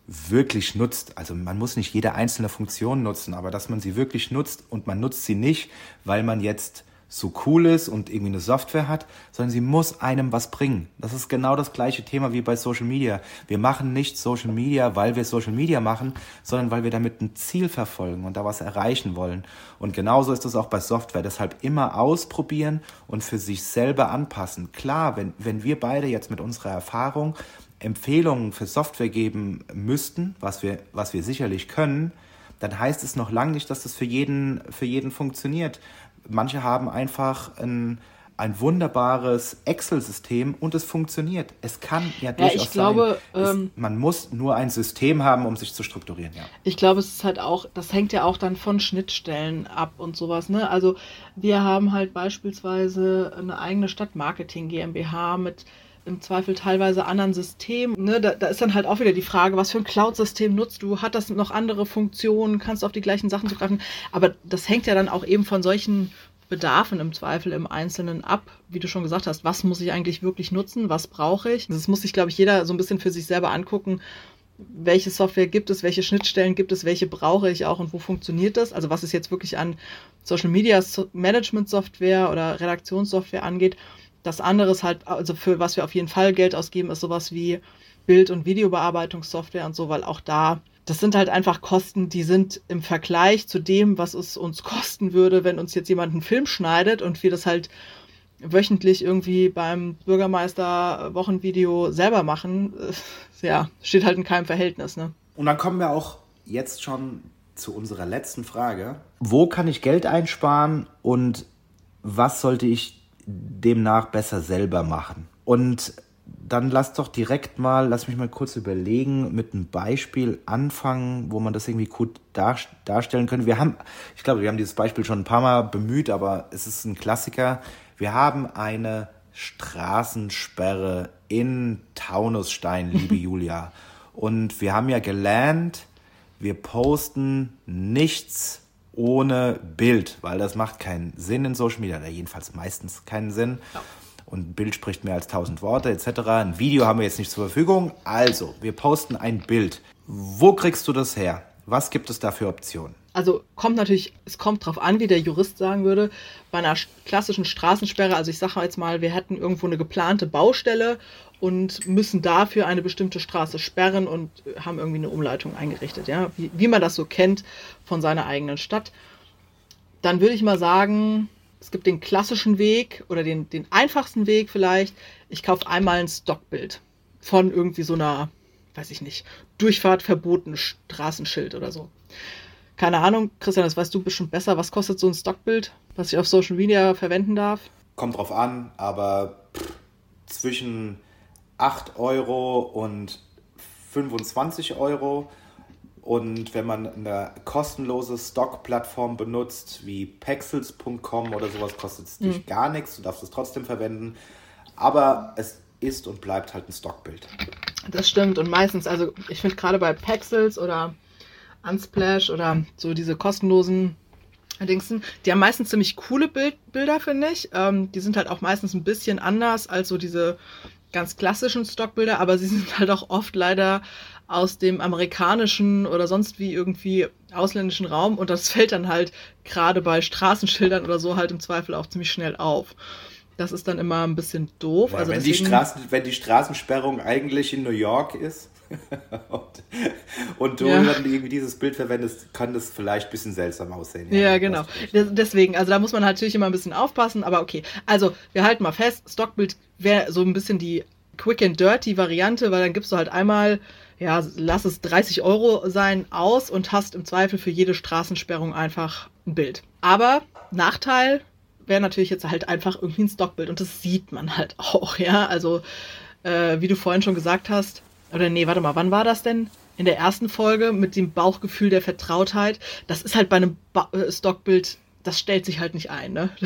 wirklich nutzt. Also man muss nicht jede einzelne Funktion nutzen, aber dass man sie wirklich nutzt und man nutzt sie nicht, weil man jetzt so cool ist und irgendwie eine Software hat, sondern sie muss einem was bringen. Das ist genau das gleiche Thema wie bei Social Media. Wir machen nicht Social Media, weil wir Social Media machen, sondern weil wir damit ein Ziel verfolgen und da was erreichen wollen. Und genauso ist es auch bei Software. Deshalb immer ausprobieren und für sich selber anpassen. Klar, wenn wir beide jetzt mit unserer Erfahrung Empfehlungen für Software geben müssten, was wir sicherlich können, dann heißt es noch lange nicht, dass das für jeden funktioniert. Manche haben einfach ein wunderbares Excel-System und es funktioniert. Es kann ja durchaus sein. Man muss nur ein System haben, um sich zu strukturieren. Ja. Ich glaube, es ist halt auch, das hängt ja auch dann von Schnittstellen ab und sowas. Ne? Also wir haben halt beispielsweise eine eigene Stadtmarketing GmbH mit im Zweifel teilweise anderen Systemen. Ne? Da ist dann halt auch wieder die Frage, was für ein Cloud-System nutzt du? Hat das noch andere Funktionen? Kannst du auf die gleichen Sachen zugreifen? Aber das hängt ja dann auch eben von solchen Bedarfen im Zweifel im Einzelnen ab. Wie du schon gesagt hast, was muss ich eigentlich wirklich nutzen? Was brauche ich? Das muss sich, glaube ich, jeder so ein bisschen für sich selber angucken. Welche Software gibt es? Welche Schnittstellen gibt es? Welche brauche ich auch und wo funktioniert das? Also was es jetzt wirklich an Social Media Management Software oder Redaktionssoftware angeht. Das andere ist halt, also für was wir auf jeden Fall Geld ausgeben, ist sowas wie Bild- und Videobearbeitungssoftware und so, weil auch das sind halt einfach Kosten, die sind im Vergleich zu dem, was es uns kosten würde, wenn uns jetzt jemand einen Film schneidet und wir das halt wöchentlich irgendwie beim Bürgermeister-Wochenvideo selber machen, ja, steht halt in keinem Verhältnis, ne? Und dann kommen wir auch jetzt schon zu unserer letzten Frage. Wo kann ich Geld einsparen und was sollte ich demnach besser selber machen? Und dann lass mich mal kurz überlegen, mit einem Beispiel anfangen, wo man das irgendwie gut darstellen könnte. Ich glaube, wir haben dieses Beispiel schon ein paar Mal bemüht, aber es ist ein Klassiker. Wir haben eine Straßensperre in Taunusstein, liebe Julia. Und wir haben ja gelernt, wir posten nichts ohne Bild, weil das macht keinen Sinn in Social Media, oder jedenfalls meistens keinen Sinn. Ja. Und ein Bild spricht mehr als 1000 Worte etc. Ein Video haben wir jetzt nicht zur Verfügung. Also, wir posten ein Bild. Wo kriegst du das her? Was gibt es da für Optionen? Also es kommt drauf an, wie der Jurist sagen würde, bei einer klassischen Straßensperre, also ich sage jetzt mal, wir hätten irgendwo eine geplante Baustelle und müssen dafür eine bestimmte Straße sperren und haben irgendwie eine Umleitung eingerichtet, ja, wie man das so kennt von seiner eigenen Stadt. Dann würde ich mal sagen, es gibt den klassischen Weg oder den einfachsten Weg vielleicht. Ich kaufe einmal ein Stockbild von irgendwie so einer, weiß ich nicht, Durchfahrt verboten Straßenschild oder so. Keine Ahnung, Christian, das weißt du bestimmt besser. Was kostet so ein Stockbild, was ich auf Social Media verwenden darf? Kommt drauf an, aber zwischen 8 Euro und 25 Euro. Und wenn man eine kostenlose Stock-Plattform benutzt, wie pexels.com oder sowas, kostet es dich gar nichts. Du darfst es trotzdem verwenden. Aber es ist und bleibt halt ein Stockbild. Das stimmt. Und meistens, also ich finde gerade bei Pexels oder Unsplash oder so diese kostenlosen Dingsen, die haben meistens ziemlich coole Bilder, finde ich. Die sind halt auch meistens ein bisschen anders als so diese ganz klassischen Stockbilder, aber sie sind halt auch oft leider aus dem amerikanischen oder sonst wie irgendwie ausländischen Raum und das fällt dann halt gerade bei Straßenschildern oder so halt im Zweifel auch ziemlich schnell auf. Das ist dann immer ein bisschen doof. Ja, also wenn die Straßensperrung eigentlich in New York ist und du dann irgendwie dieses Bild verwendest, kann das vielleicht ein bisschen seltsam aussehen. Ja, genau. Deswegen, also da muss man natürlich immer ein bisschen aufpassen, aber okay. Also wir halten mal fest, Stockbild wäre so ein bisschen die Quick and Dirty Variante, weil dann gibst du halt einmal, ja, lass es 30 Euro sein, aus und hast im Zweifel für jede Straßensperrung einfach ein Bild. Aber Nachteil wäre natürlich jetzt halt einfach irgendwie ein Stockbild und das sieht man halt auch, ja. Also wie du vorhin schon gesagt hast, oder nee, warte mal, wann war das denn? In der ersten Folge mit dem Bauchgefühl der Vertrautheit. Das ist halt bei einem Stockbild, das stellt sich halt nicht ein, ne?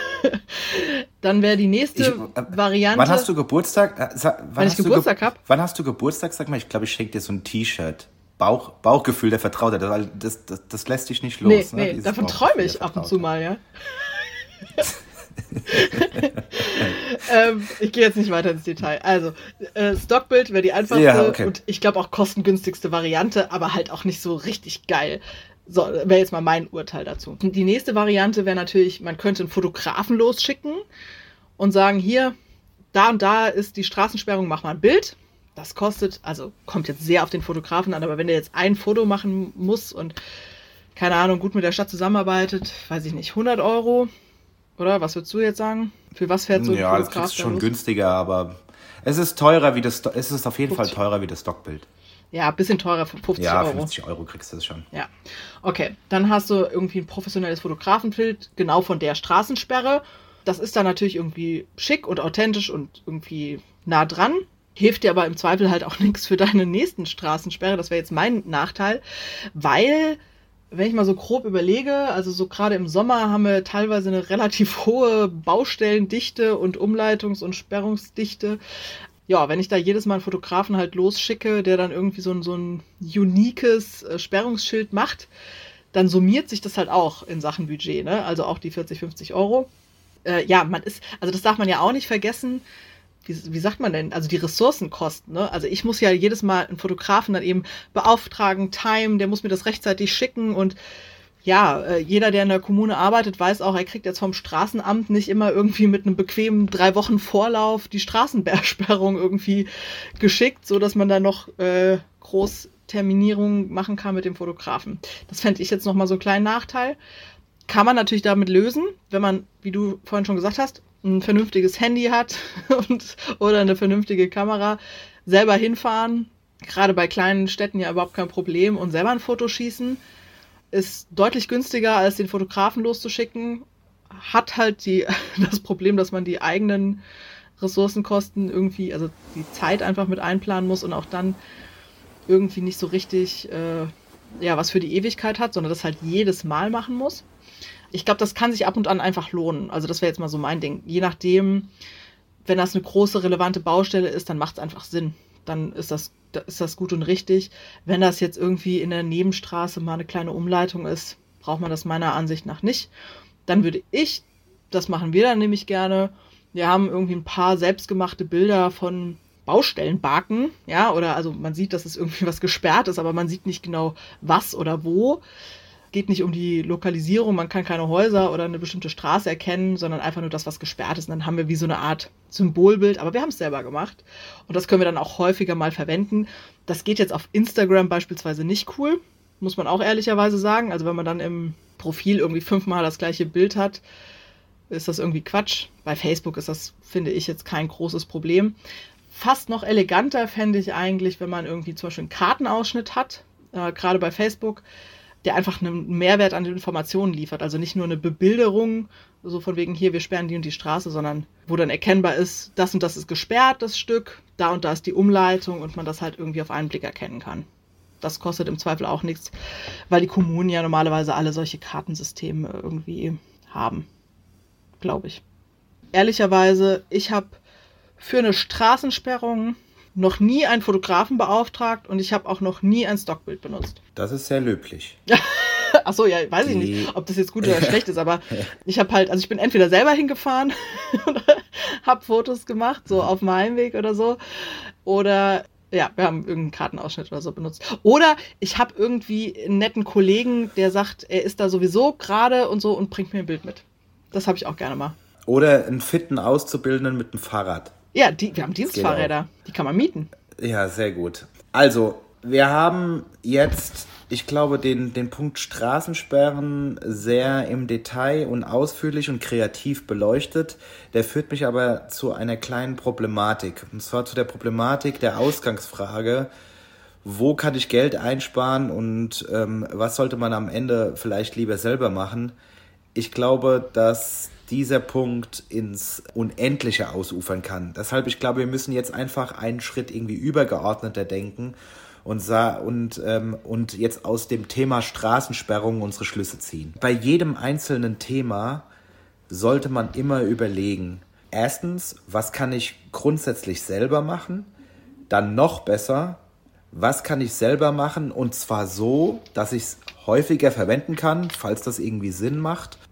Dann wäre die nächste Variante. Wann hast du Geburtstag? Wann ich Geburtstag habe? Wann hast du Geburtstag? Sag mal, ich glaube, ich schenke dir so ein T-Shirt. Bauchgefühl der Vertrautheit, weil das lässt dich nicht los. Nee, davon träume ich ab und zu mal, ja. Ich gehe jetzt nicht weiter ins Detail. Also, Stockbild wäre die einfachste und ich glaube auch kostengünstigste Variante, aber halt auch nicht so richtig geil. So, wäre jetzt mal mein Urteil dazu. Die nächste Variante wäre natürlich, man könnte einen Fotografen losschicken und sagen, hier, da und da ist die Straßensperrung, mach mal ein Bild. Das kostet, also kommt jetzt sehr auf den Fotografen an, aber wenn der jetzt ein Foto machen muss und, keine Ahnung, gut mit der Stadt zusammenarbeitet, weiß ich nicht, 100 €, oder? Was würdest du jetzt sagen? Für was fährt so ein Fotograf? Ja, das kriegst du schon günstiger, aber es ist auf jeden Fall teurer wie das Stockbild. Ja, ein bisschen teurer, 50 €. Ja, 50 € kriegst du das schon. Ja, okay. Dann hast du irgendwie ein professionelles Fotografenbild, genau von der Straßensperre. Das ist dann natürlich irgendwie schick und authentisch und irgendwie nah dran. Hilft dir aber im Zweifel halt auch nichts für deine nächsten Straßensperre. Das wäre jetzt mein Nachteil, weil, wenn ich mal so grob überlege, also so gerade im Sommer haben wir teilweise eine relativ hohe Baustellendichte und Umleitungs- und Sperrungsdichte. Ja, wenn ich da jedes Mal einen Fotografen halt losschicke, der dann irgendwie so ein uniques Sperrungsschild macht, dann summiert sich das halt auch in Sachen Budget, ne? Also auch die 40, 50 €. Ja, also das darf man ja auch nicht vergessen. Wie sagt man denn? Also die Ressourcenkosten, ne? Also ich muss ja jedes Mal einen Fotografen dann eben beauftragen, der muss mir das rechtzeitig schicken und ja, jeder, der in der Kommune arbeitet, weiß auch, er kriegt jetzt vom Straßenamt nicht immer irgendwie mit einem bequemen 3 Wochen Vorlauf die Straßensperrung irgendwie geschickt, so dass man da noch Großterminierungen machen kann mit dem Fotografen. Das fände ich jetzt nochmal so einen kleinen Nachteil. Kann man natürlich damit lösen, wenn man, wie du vorhin schon gesagt hast, ein vernünftiges Handy hat oder eine vernünftige Kamera, selber hinfahren, gerade bei kleinen Städten ja überhaupt kein Problem, und selber ein Foto schießen. Ist deutlich günstiger, als den Fotografen loszuschicken. Hat halt das Problem, dass man die eigenen Ressourcenkosten irgendwie, also die Zeit einfach mit einplanen muss und auch dann irgendwie nicht so richtig was für die Ewigkeit hat, sondern das halt jedes Mal machen muss. Ich glaube, das kann sich ab und an einfach lohnen. Also das wäre jetzt mal so mein Ding. Je nachdem, wenn das eine große, relevante Baustelle ist, dann macht es einfach Sinn. Dann ist das gut und richtig. Wenn das jetzt irgendwie in der Nebenstraße mal eine kleine Umleitung ist, braucht man das meiner Ansicht nach nicht. Dann das machen wir dann nämlich gerne. Wir haben irgendwie ein paar selbstgemachte Bilder von Baustellenbaken, ja, oder also man sieht, dass es irgendwie was gesperrt ist, aber man sieht nicht genau was oder wo. Geht nicht um die Lokalisierung, man kann keine Häuser oder eine bestimmte Straße erkennen, sondern einfach nur das, was gesperrt ist. Und dann haben wir wie so eine Art Symbolbild, aber wir haben es selber gemacht. Und das können wir dann auch häufiger mal verwenden. Das geht jetzt auf Instagram beispielsweise nicht cool, muss man auch ehrlicherweise sagen. Also wenn man dann im Profil irgendwie 5-mal das gleiche Bild hat, ist das irgendwie Quatsch. Bei Facebook ist das, finde ich, jetzt kein großes Problem. Fast noch eleganter fände ich eigentlich, wenn man irgendwie zum Beispiel einen Kartenausschnitt hat, gerade bei Facebook, der einfach einen Mehrwert an den Informationen liefert. Also nicht nur eine Bebilderung, so von wegen hier, wir sperren die und die Straße, sondern wo dann erkennbar ist, das und das ist gesperrt, das Stück, da und da ist die Umleitung und man das halt irgendwie auf einen Blick erkennen kann. Das kostet im Zweifel auch nichts, weil die Kommunen ja normalerweise alle solche Kartensysteme irgendwie haben, glaube ich. Ehrlicherweise, ich habe für eine Straßensperrung noch nie einen Fotografen beauftragt und ich habe auch noch nie ein Stockbild benutzt. Das ist sehr löblich. Achso, ja, weiß ich nicht, ob das jetzt gut oder schlecht ist, aber ich bin entweder selber hingefahren oder habe Fotos gemacht, so auf dem Heimweg oder so, oder ja, wir haben irgendeinen Kartenausschnitt oder so benutzt. Oder ich habe irgendwie einen netten Kollegen, der sagt, er ist da sowieso gerade und so und bringt mir ein Bild mit. Das habe ich auch gerne mal. Oder einen fitten Auszubildenden mit dem Fahrrad. Ja, wir haben Dienstfahrräder, die kann man mieten. Ja, sehr gut. Also, wir haben jetzt, ich glaube, den Punkt Straßensperren sehr im Detail und ausführlich und kreativ beleuchtet. Der führt mich aber zu einer kleinen Problematik. Und zwar zu der Problematik der Ausgangsfrage, wo kann ich Geld einsparen und was sollte man am Ende vielleicht lieber selber machen? Ich glaube, dass dieser Punkt ins Unendliche ausufern kann. Deshalb, ich glaube, wir müssen jetzt einfach einen Schritt irgendwie übergeordneter denken und jetzt aus dem Thema Straßensperrung unsere Schlüsse ziehen. Bei jedem einzelnen Thema sollte man immer überlegen, erstens, was kann ich grundsätzlich selber machen? Dann noch besser, was kann ich selber machen? Und zwar so, dass ich es häufiger verwenden kann, falls das irgendwie Sinn macht.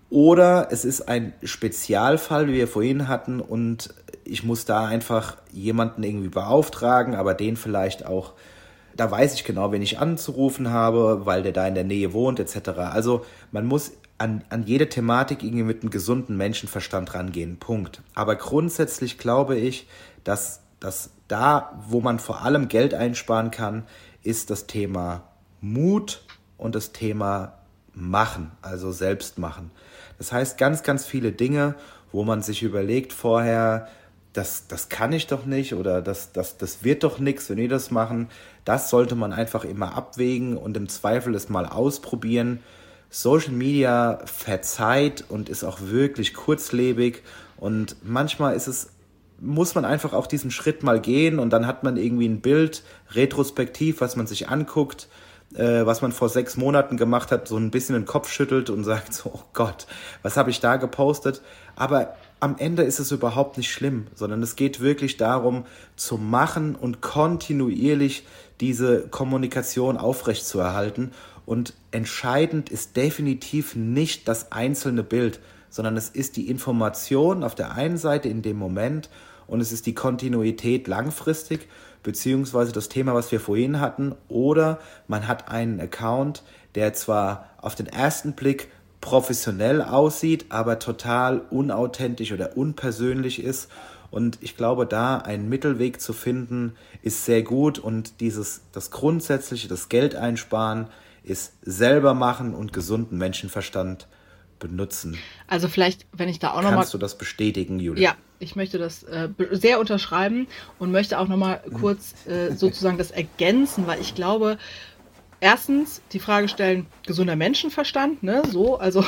Oder es ist ein Spezialfall, wie wir vorhin hatten, und ich muss da einfach jemanden irgendwie beauftragen, aber den vielleicht auch, da weiß ich genau, wen ich anzurufen habe, weil der da in der Nähe wohnt, etc. Also man muss an jede Thematik irgendwie mit einem gesunden Menschenverstand rangehen, Punkt. Aber grundsätzlich glaube ich, dass da, wo man vor allem Geld einsparen kann, ist das Thema Mut und das Thema Machen, also selbst machen. Das heißt, ganz, ganz viele Dinge, wo man sich überlegt vorher, das kann ich doch nicht oder das wird doch nichts, wenn wir das machen. Das sollte man einfach immer abwägen und im Zweifel es mal ausprobieren. Social Media verzeiht und ist auch wirklich kurzlebig und manchmal muss man einfach auch diesen Schritt mal gehen und dann hat man irgendwie ein Bild, retrospektiv, was man sich anguckt, was man vor 6 Monaten gemacht hat, so ein bisschen den Kopf schüttelt und sagt so, oh Gott, was habe ich da gepostet? Aber am Ende ist es überhaupt nicht schlimm, sondern es geht wirklich darum, zu machen und kontinuierlich diese Kommunikation aufrechtzuerhalten. Und entscheidend ist definitiv nicht das einzelne Bild, sondern es ist die Information auf der einen Seite in dem Moment und es ist die Kontinuität langfristig, beziehungsweise das Thema, was wir vorhin hatten, oder man hat einen Account, der zwar auf den ersten Blick professionell aussieht, aber total unauthentisch oder unpersönlich ist. Und ich glaube, da einen Mittelweg zu finden, ist sehr gut. Und das Grundsätzliche, das Geld einsparen, ist selber machen und gesunden Menschenverstand benutzen. Also vielleicht, wenn ich da auch nochmal... Kannst du das bestätigen, Julia? Ja, ich möchte das sehr unterschreiben und möchte auch nochmal kurz sozusagen das ergänzen, weil ich glaube, erstens die Frage stellen, gesunder Menschenverstand, ne, so, also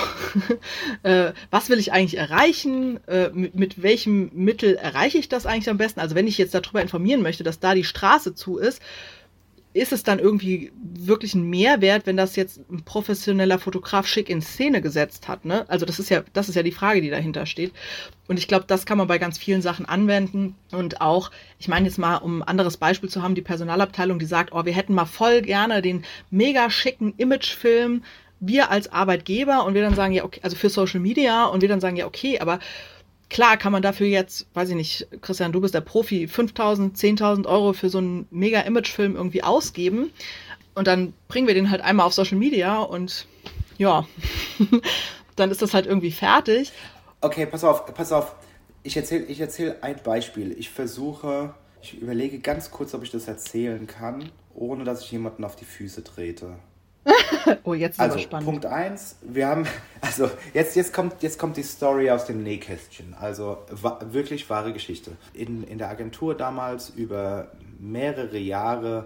was will ich eigentlich erreichen, mit welchem Mittel erreiche ich das eigentlich am besten? Also wenn ich jetzt darüber informieren möchte, dass da die Straße zu ist es dann irgendwie wirklich ein Mehrwert, wenn das jetzt ein professioneller Fotograf schick in Szene gesetzt hat, ne? Also das ist ja die Frage, die dahinter steht. Und ich glaube, das kann man bei ganz vielen Sachen anwenden. Und auch, ich meine jetzt mal, um ein anderes Beispiel zu haben, die Personalabteilung, die sagt, oh, wir hätten mal voll gerne den mega schicken Imagefilm, wir als Arbeitgeber, und wir dann sagen, ja, okay, also für Social Media, und wir dann sagen, ja, okay, aber klar kann man dafür jetzt, weiß ich nicht, Christian, du bist der Profi, 5.000, 10.000 Euro für so einen Mega-Image-Film irgendwie ausgeben und dann bringen wir den halt einmal auf Social Media und ja, dann ist das halt irgendwie fertig. Okay, pass auf. Ich erzähl ein Beispiel. Ich überlege ganz kurz, ob ich das erzählen kann, ohne dass ich jemanden auf die Füße trete. Oh, jetzt ist also, aber spannend. Punkt 1, jetzt kommt die Story aus dem Nähkästchen. Also wirklich wahre Geschichte. In der Agentur damals über mehrere Jahre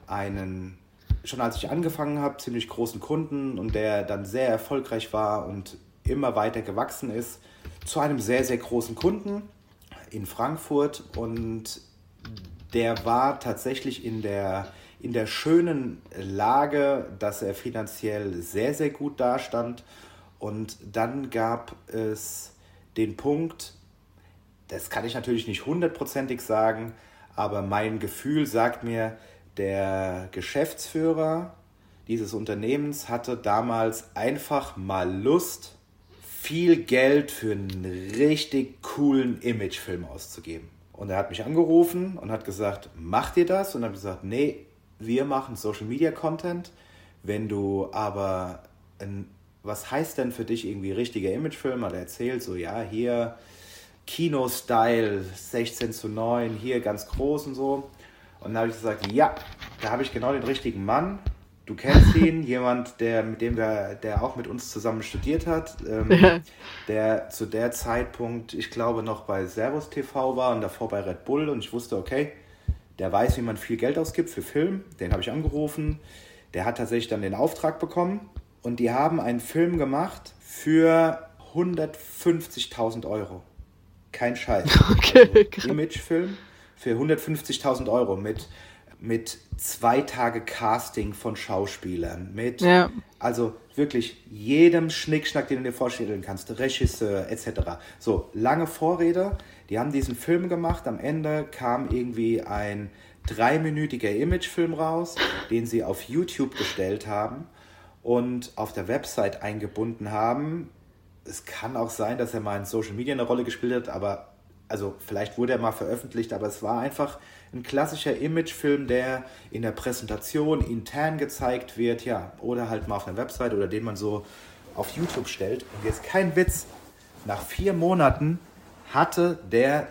schon als ich angefangen habe, ziemlich großen Kunden und der dann sehr erfolgreich war und immer weiter gewachsen ist, zu einem sehr, sehr großen Kunden in Frankfurt, und der war tatsächlich in der schönen Lage, dass er finanziell sehr, sehr gut dastand. Und dann gab es den Punkt, das kann ich natürlich nicht 100%ig sagen, aber mein Gefühl sagt mir, der Geschäftsführer dieses Unternehmens hatte damals einfach mal Lust, viel Geld für einen richtig coolen Imagefilm auszugeben. Und er hat mich angerufen und hat gesagt, macht ihr das? Und dann habe ich gesagt, nee, wir machen Social Media Content. Wenn du aber, was heißt denn für dich irgendwie richtiger Imagefilm? Hat er erzählt, so ja, hier Kino-Style, 16:9, hier ganz groß und so. Und dann habe ich gesagt, ja, da habe ich genau den richtigen Mann. Du kennst ihn, jemand, der auch mit uns zusammen studiert hat, der zu der Zeitpunkt, ich glaube, noch bei Servus TV war und davor bei Red Bull, und ich wusste, okay, der weiß, wie man viel Geld ausgibt für Film. Den habe ich angerufen. Der hat tatsächlich dann den Auftrag bekommen. Und die haben einen Film gemacht für 150.000 Euro. Kein Scheiß. Okay, also, Imagefilm für 150.000 Euro mit 2 Tage Casting von Schauspielern. Also wirklich jedem Schnickschnack, den du dir vorstellen kannst. Regisseur etc. So, lange Vorrede. Die haben diesen Film gemacht, am Ende kam irgendwie ein 3-minütiger Imagefilm raus, den sie auf YouTube gestellt haben und auf der Website eingebunden haben. es kann auch sein, dass er mal in Social Media eine Rolle gespielt hat, aber also vielleicht wurde er mal veröffentlicht, aber es war einfach ein klassischer Imagefilm, der in der Präsentation intern gezeigt wird, ja, oder halt mal auf einer Website oder den man so auf YouTube stellt. Und jetzt kein Witz, nach 4 Monaten hatte der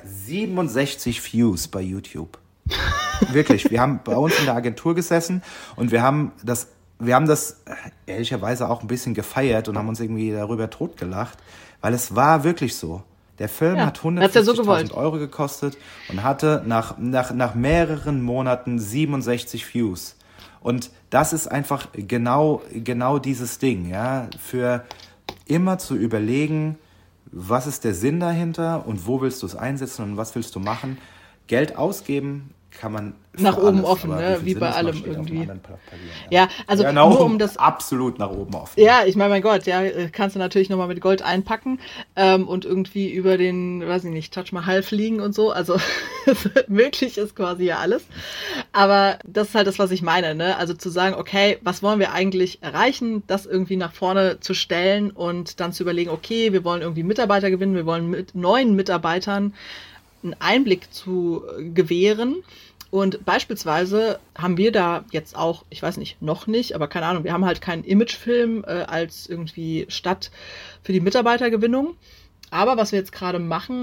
67 Views bei YouTube. Wirklich, wir haben bei uns in der Agentur gesessen und wir haben das ehrlicherweise auch ein bisschen gefeiert und haben uns irgendwie darüber totgelacht, weil es war wirklich so. Der Film hat 150.000 Euro gekostet und hatte nach mehreren Monaten 67 Views. Und das ist einfach genau dieses Ding, ja, für immer zu überlegen, was ist der Sinn dahinter und wo willst du es einsetzen und was willst du machen. Geld ausgeben kann man nach oben alles, offen, ne? Wie bei allem irgendwie. Ja, also nur um das absolut nach oben offen. Ja, ich meine, mein Gott, ja, kannst du natürlich nochmal mit Gold einpacken und irgendwie über den, weiß ich nicht, Taj Mahal fliegen und so. Also möglich ist quasi ja alles. Aber das ist halt das, was ich meine, ne? Also zu sagen, okay, was wollen wir eigentlich erreichen, das irgendwie nach vorne zu stellen und dann zu überlegen, okay, wir wollen irgendwie Mitarbeiter gewinnen, wir wollen mit neuen Mitarbeitern einen Einblick zu gewähren. Und beispielsweise haben wir da jetzt auch, ich weiß nicht, noch nicht, aber keine Ahnung, wir haben halt keinen Imagefilm als irgendwie Stadt für die Mitarbeitergewinnung. Aber was wir jetzt gerade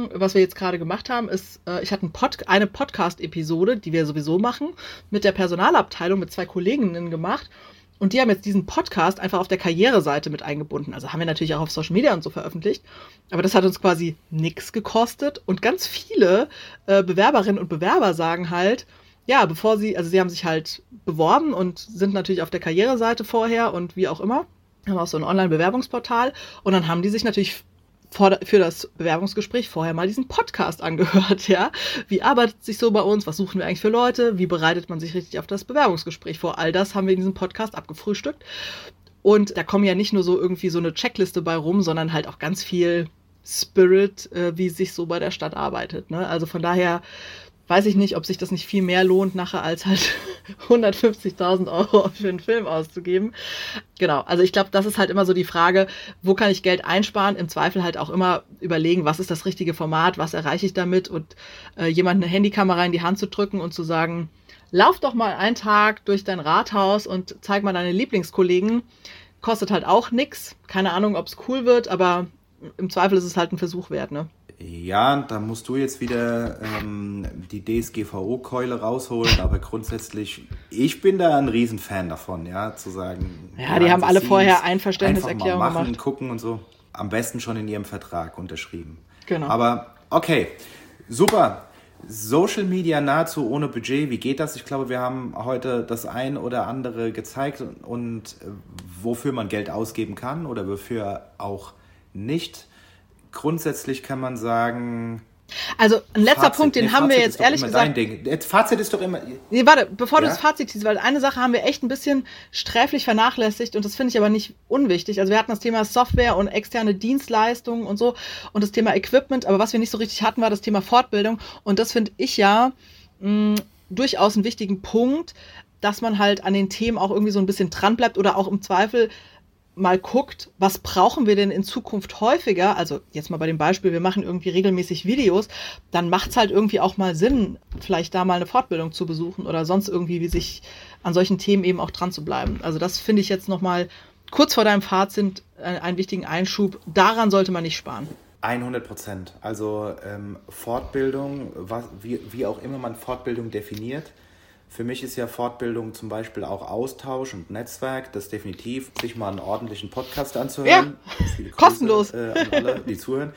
gemacht haben, ist, ich hatte eine Podcast-Episode, die wir sowieso machen, mit der Personalabteilung, mit 2 Kolleginnen gemacht. Und die haben jetzt diesen Podcast einfach auf der Karriereseite mit eingebunden. Also haben wir natürlich auch auf Social Media und so veröffentlicht. Aber das hat uns quasi nichts gekostet. Und ganz viele Bewerberinnen und Bewerber sagen halt, ja, sie haben sich halt beworben und sind natürlich auf der Karriereseite vorher und wie auch immer. Haben auch so ein Online-Bewerbungsportal. Und dann haben die sich natürlich für das Bewerbungsgespräch vorher mal diesen Podcast angehört, ja. Wie arbeitet es sich so bei uns? Was suchen wir eigentlich für Leute? Wie bereitet man sich richtig auf das Bewerbungsgespräch vor? All das haben wir in diesem Podcast abgefrühstückt. Und da kommen ja nicht nur so irgendwie so eine Checkliste bei rum, sondern halt auch ganz viel Spirit, wie es sich so bei der Stadt arbeitet, ne? Also von daher weiß ich nicht, ob sich das nicht viel mehr lohnt, nachher als halt 150.000 Euro für einen Film auszugeben. Genau, also ich glaube, das ist halt immer so die Frage, wo kann ich Geld einsparen? Im Zweifel halt auch immer überlegen, was ist das richtige Format, was erreiche ich damit und jemand eine Handykamera in die Hand zu drücken und zu sagen, lauf doch mal einen Tag durch dein Rathaus und zeig mal deine Lieblingskollegen. Kostet halt auch nix. Keine Ahnung, ob es cool wird, aber im Zweifel ist es halt ein Versuch wert, ne? Ja, da musst du jetzt wieder die DSGVO-Keule rausholen, aber grundsätzlich, ich bin da ein Riesenfan davon, ja, zu sagen. Ja, die haben alle vorher Einverständniserklärung gemacht. Machen, gucken und so. Am besten schon in ihrem Vertrag unterschrieben. Genau. Aber okay, super. Social Media nahezu ohne Budget, wie geht das? Ich glaube, wir haben heute das ein oder andere gezeigt und wofür man Geld ausgeben kann oder wofür auch nicht. Grundsätzlich kann man sagen... Also ein letzter Punkt, den haben wir jetzt ehrlich gesagt... Fazit ist doch immer... Nee, warte, bevor du das Fazit ziehst, weil eine Sache haben wir echt ein bisschen sträflich vernachlässigt und das finde ich aber nicht unwichtig. Also wir hatten das Thema Software und externe Dienstleistungen und so und das Thema Equipment, aber was wir nicht so richtig hatten, war das Thema Fortbildung und das finde ich ja durchaus einen wichtigen Punkt, dass man halt an den Themen auch irgendwie so ein bisschen dran bleibt oder auch im Zweifel mal guckt, was brauchen wir denn in Zukunft häufiger, also jetzt mal bei dem Beispiel, wir machen irgendwie regelmäßig Videos, dann macht es halt irgendwie auch mal Sinn, vielleicht da mal eine Fortbildung zu besuchen oder sonst irgendwie, wie sich an solchen Themen eben auch dran zu bleiben. Also das finde ich jetzt nochmal kurz vor deinem Fazit einen wichtigen Einschub, daran sollte man nicht sparen. 100%. Also Fortbildung, wie auch immer man Fortbildung definiert. Für mich ist ja Fortbildung zum Beispiel auch Austausch und Netzwerk, das definitiv, sich mal einen ordentlichen Podcast anzuhören. Ja, Viele Grüße, kostenlos. An alle, die zuhören.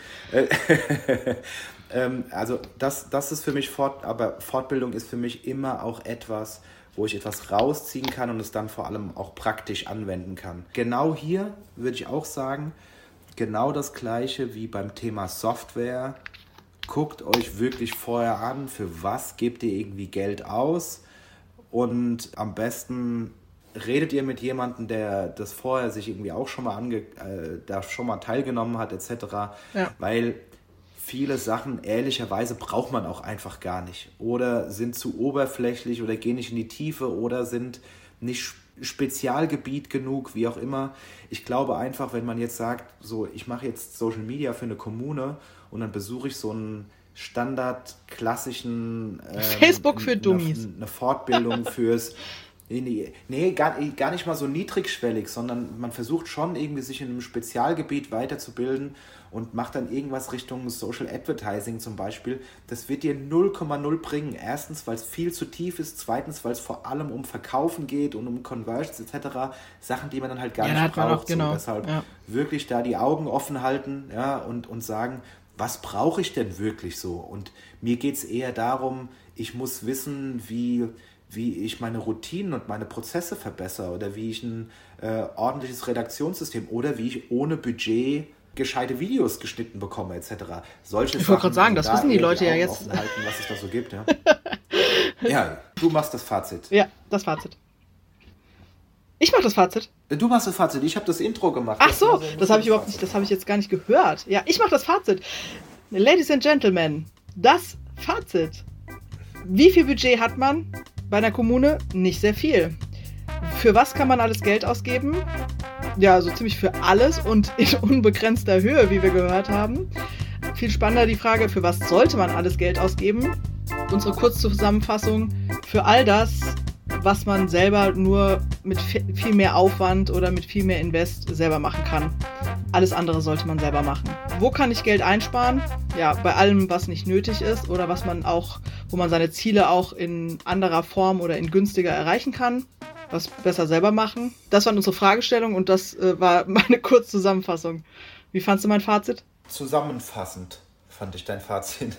Also das ist für mich, aber Fortbildung ist für mich immer auch etwas, wo ich etwas rausziehen kann und es dann vor allem auch praktisch anwenden kann. Genau hier würde ich auch sagen, genau das Gleiche wie beim Thema Software. Guckt euch wirklich vorher an, für was gebt ihr irgendwie Geld aus. Und am besten redet ihr mit jemandem, der das vorher sich irgendwie auch schon mal da schon mal teilgenommen hat, etc. Ja. Weil viele Sachen ehrlicherweise braucht man auch einfach gar nicht. Oder sind zu oberflächlich oder gehen nicht in die Tiefe oder sind nicht Spezialgebiet genug, wie auch immer. Ich glaube einfach, wenn man jetzt sagt, so, ich mache jetzt Social Media für eine Kommune und dann besuche ich so einen Standard klassischen Facebook für Dummies. Eine Fortbildung fürs Nee, gar nicht mal so niedrigschwellig, sondern man versucht schon irgendwie sich in einem Spezialgebiet weiterzubilden und macht dann irgendwas Richtung Social Advertising zum Beispiel. Das wird dir 0,0 bringen. Erstens, weil es viel zu tief ist. Zweitens, weil es vor allem um Verkaufen geht und um Conversions etc. Sachen, die man dann halt gar nicht braucht. Genau. So, deshalb wirklich da die Augen offen halten, ja, und sagen, was brauche ich denn wirklich so? Und mir geht es eher darum, ich muss wissen, wie ich meine Routinen und meine Prozesse verbessere oder wie ich ein ordentliches Redaktionssystem oder wie ich ohne Budget gescheite Videos geschnitten bekomme etc. Solche ich wollte gerade sagen, das wissen die Leute ja jetzt. Halten, was es da so gibt. Ja. Ja, du machst das Fazit. Ja, das Fazit. Ich mache das Fazit. Du machst das Fazit, ich habe das Intro gemacht. Ach so, das habe ich überhaupt nicht, das habe ich jetzt gar nicht gehört. Ja, ich mache das Fazit. Ladies and Gentlemen, das Fazit. Wie viel Budget hat man bei einer Kommune? Nicht sehr viel. Für was kann man alles Geld ausgeben? Ja, so ziemlich für alles und in unbegrenzter Höhe, wie wir gehört haben. Viel spannender die Frage, für was sollte man alles Geld ausgeben? Unsere Kurzzusammenfassung: Für all das, was man selber nur mit viel mehr Aufwand oder mit viel mehr Invest selber machen kann. Alles andere sollte man selber machen. Wo kann ich Geld einsparen? Ja, bei allem, was nicht nötig ist oder was man auch, wo man seine Ziele auch in anderer Form oder in günstiger erreichen kann. Was besser selber machen. Das waren unsere Fragestellungen und das war meine Kurzzusammenfassung. Wie fandst du mein Fazit? Zusammenfassend fand ich dein Fazit.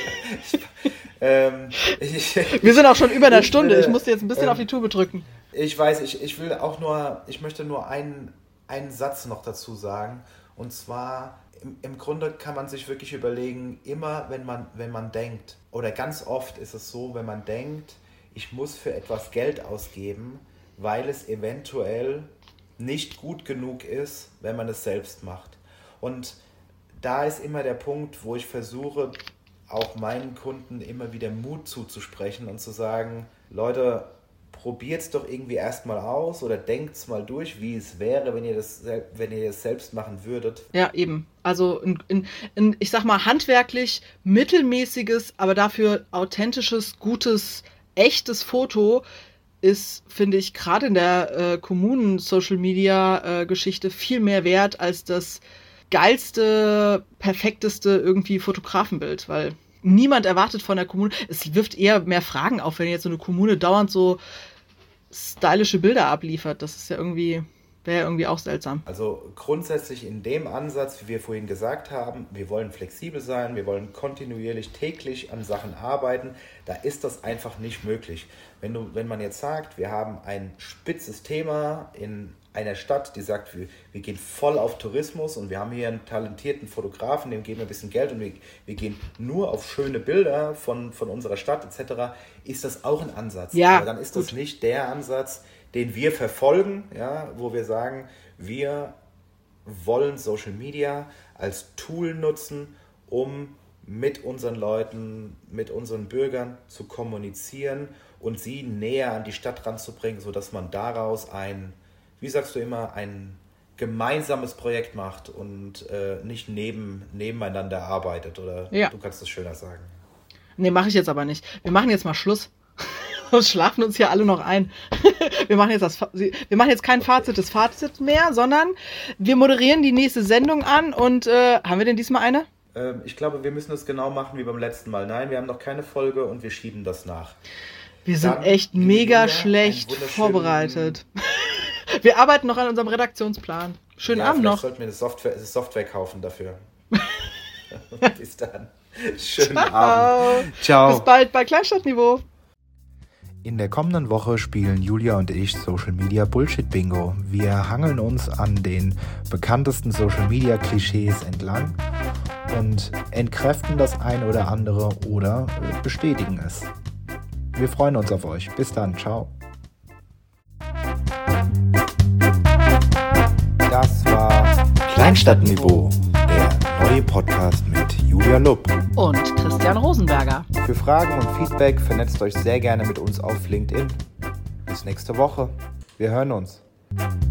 Wir sind auch schon über einer Stunde. Ich musste jetzt ein bisschen auf die Tube drücken. Ich weiß, ich möchte nur einen Satz noch dazu sagen. Und zwar, im Grunde kann man sich wirklich überlegen, immer wenn man denkt, oder ganz oft ist es so, wenn man denkt, ich muss für etwas Geld ausgeben, weil es eventuell nicht gut genug ist, wenn man es selbst macht. Und da ist immer der Punkt, wo ich versuche, auch meinen Kunden immer wieder Mut zuzusprechen und zu sagen, Leute, probiert es doch irgendwie erstmal aus oder denkt es mal durch, wie es wäre, wenn ihr das selbst machen würdet. Ja, eben. Also ich sag mal, handwerklich mittelmäßiges, aber dafür authentisches, gutes, echtes Foto ist, finde ich, gerade in der Kommunen-Social-Media-Geschichte viel mehr wert als das geilste, perfekteste irgendwie Fotografenbild, weil niemand erwartet von der Kommune, es wirft eher mehr Fragen auf, wenn jetzt so eine Kommune dauernd so stylische Bilder abliefert. Das ist ja wäre irgendwie auch seltsam. Also grundsätzlich in dem Ansatz, wie wir vorhin gesagt haben, wir wollen flexibel sein, wir wollen kontinuierlich täglich an Sachen arbeiten, da ist das einfach nicht möglich. Wenn man jetzt sagt, wir haben ein spitzes Thema in einer Stadt, die sagt, wir gehen voll auf Tourismus und wir haben hier einen talentierten Fotografen, dem geben wir ein bisschen Geld und wir gehen nur auf schöne Bilder von unserer Stadt etc., ist das auch ein Ansatz. Ja, aber dann ist das nicht der Ansatz, den wir verfolgen, ja, wo wir sagen, wir wollen Social Media als Tool nutzen, um mit unseren Leuten, mit unseren Bürgern zu kommunizieren und sie näher an die Stadt ranzubringen, sodass man daraus ein gemeinsames Projekt macht und nicht nebeneinander arbeitet. Oder ja. Du kannst es schöner sagen. Nee, mache ich jetzt aber nicht. Wir machen jetzt mal Schluss. Wir schlafen uns hier alle noch ein. Wir machen jetzt kein Fazit des Fazits mehr, sondern wir moderieren die nächste Sendung an. Und haben wir denn diesmal eine? Ich glaube, wir müssen es genau machen wie beim letzten Mal. Nein, wir haben noch keine Folge und wir schieben das nach. Wir sind echt mega schlecht vorbereitet. Wir arbeiten noch an unserem Redaktionsplan. Schönen Abend noch. Sollten wir eine Software kaufen dafür. Bis dann. Schönen Abend. Ciao. Bis bald bei Kleinstadtniveau. In der kommenden Woche spielen Julia und ich Social Media Bullshit Bingo. Wir hangeln uns an den bekanntesten Social Media Klischees entlang und entkräften das ein oder andere oder bestätigen es. Wir freuen uns auf euch. Bis dann. Ciao. Das war Kleinstadtniveau, der neue Podcast mit Julia Lupp und Christian Rosenberger. Für Fragen und Feedback vernetzt euch sehr gerne mit uns auf LinkedIn. Bis nächste Woche. Wir hören uns.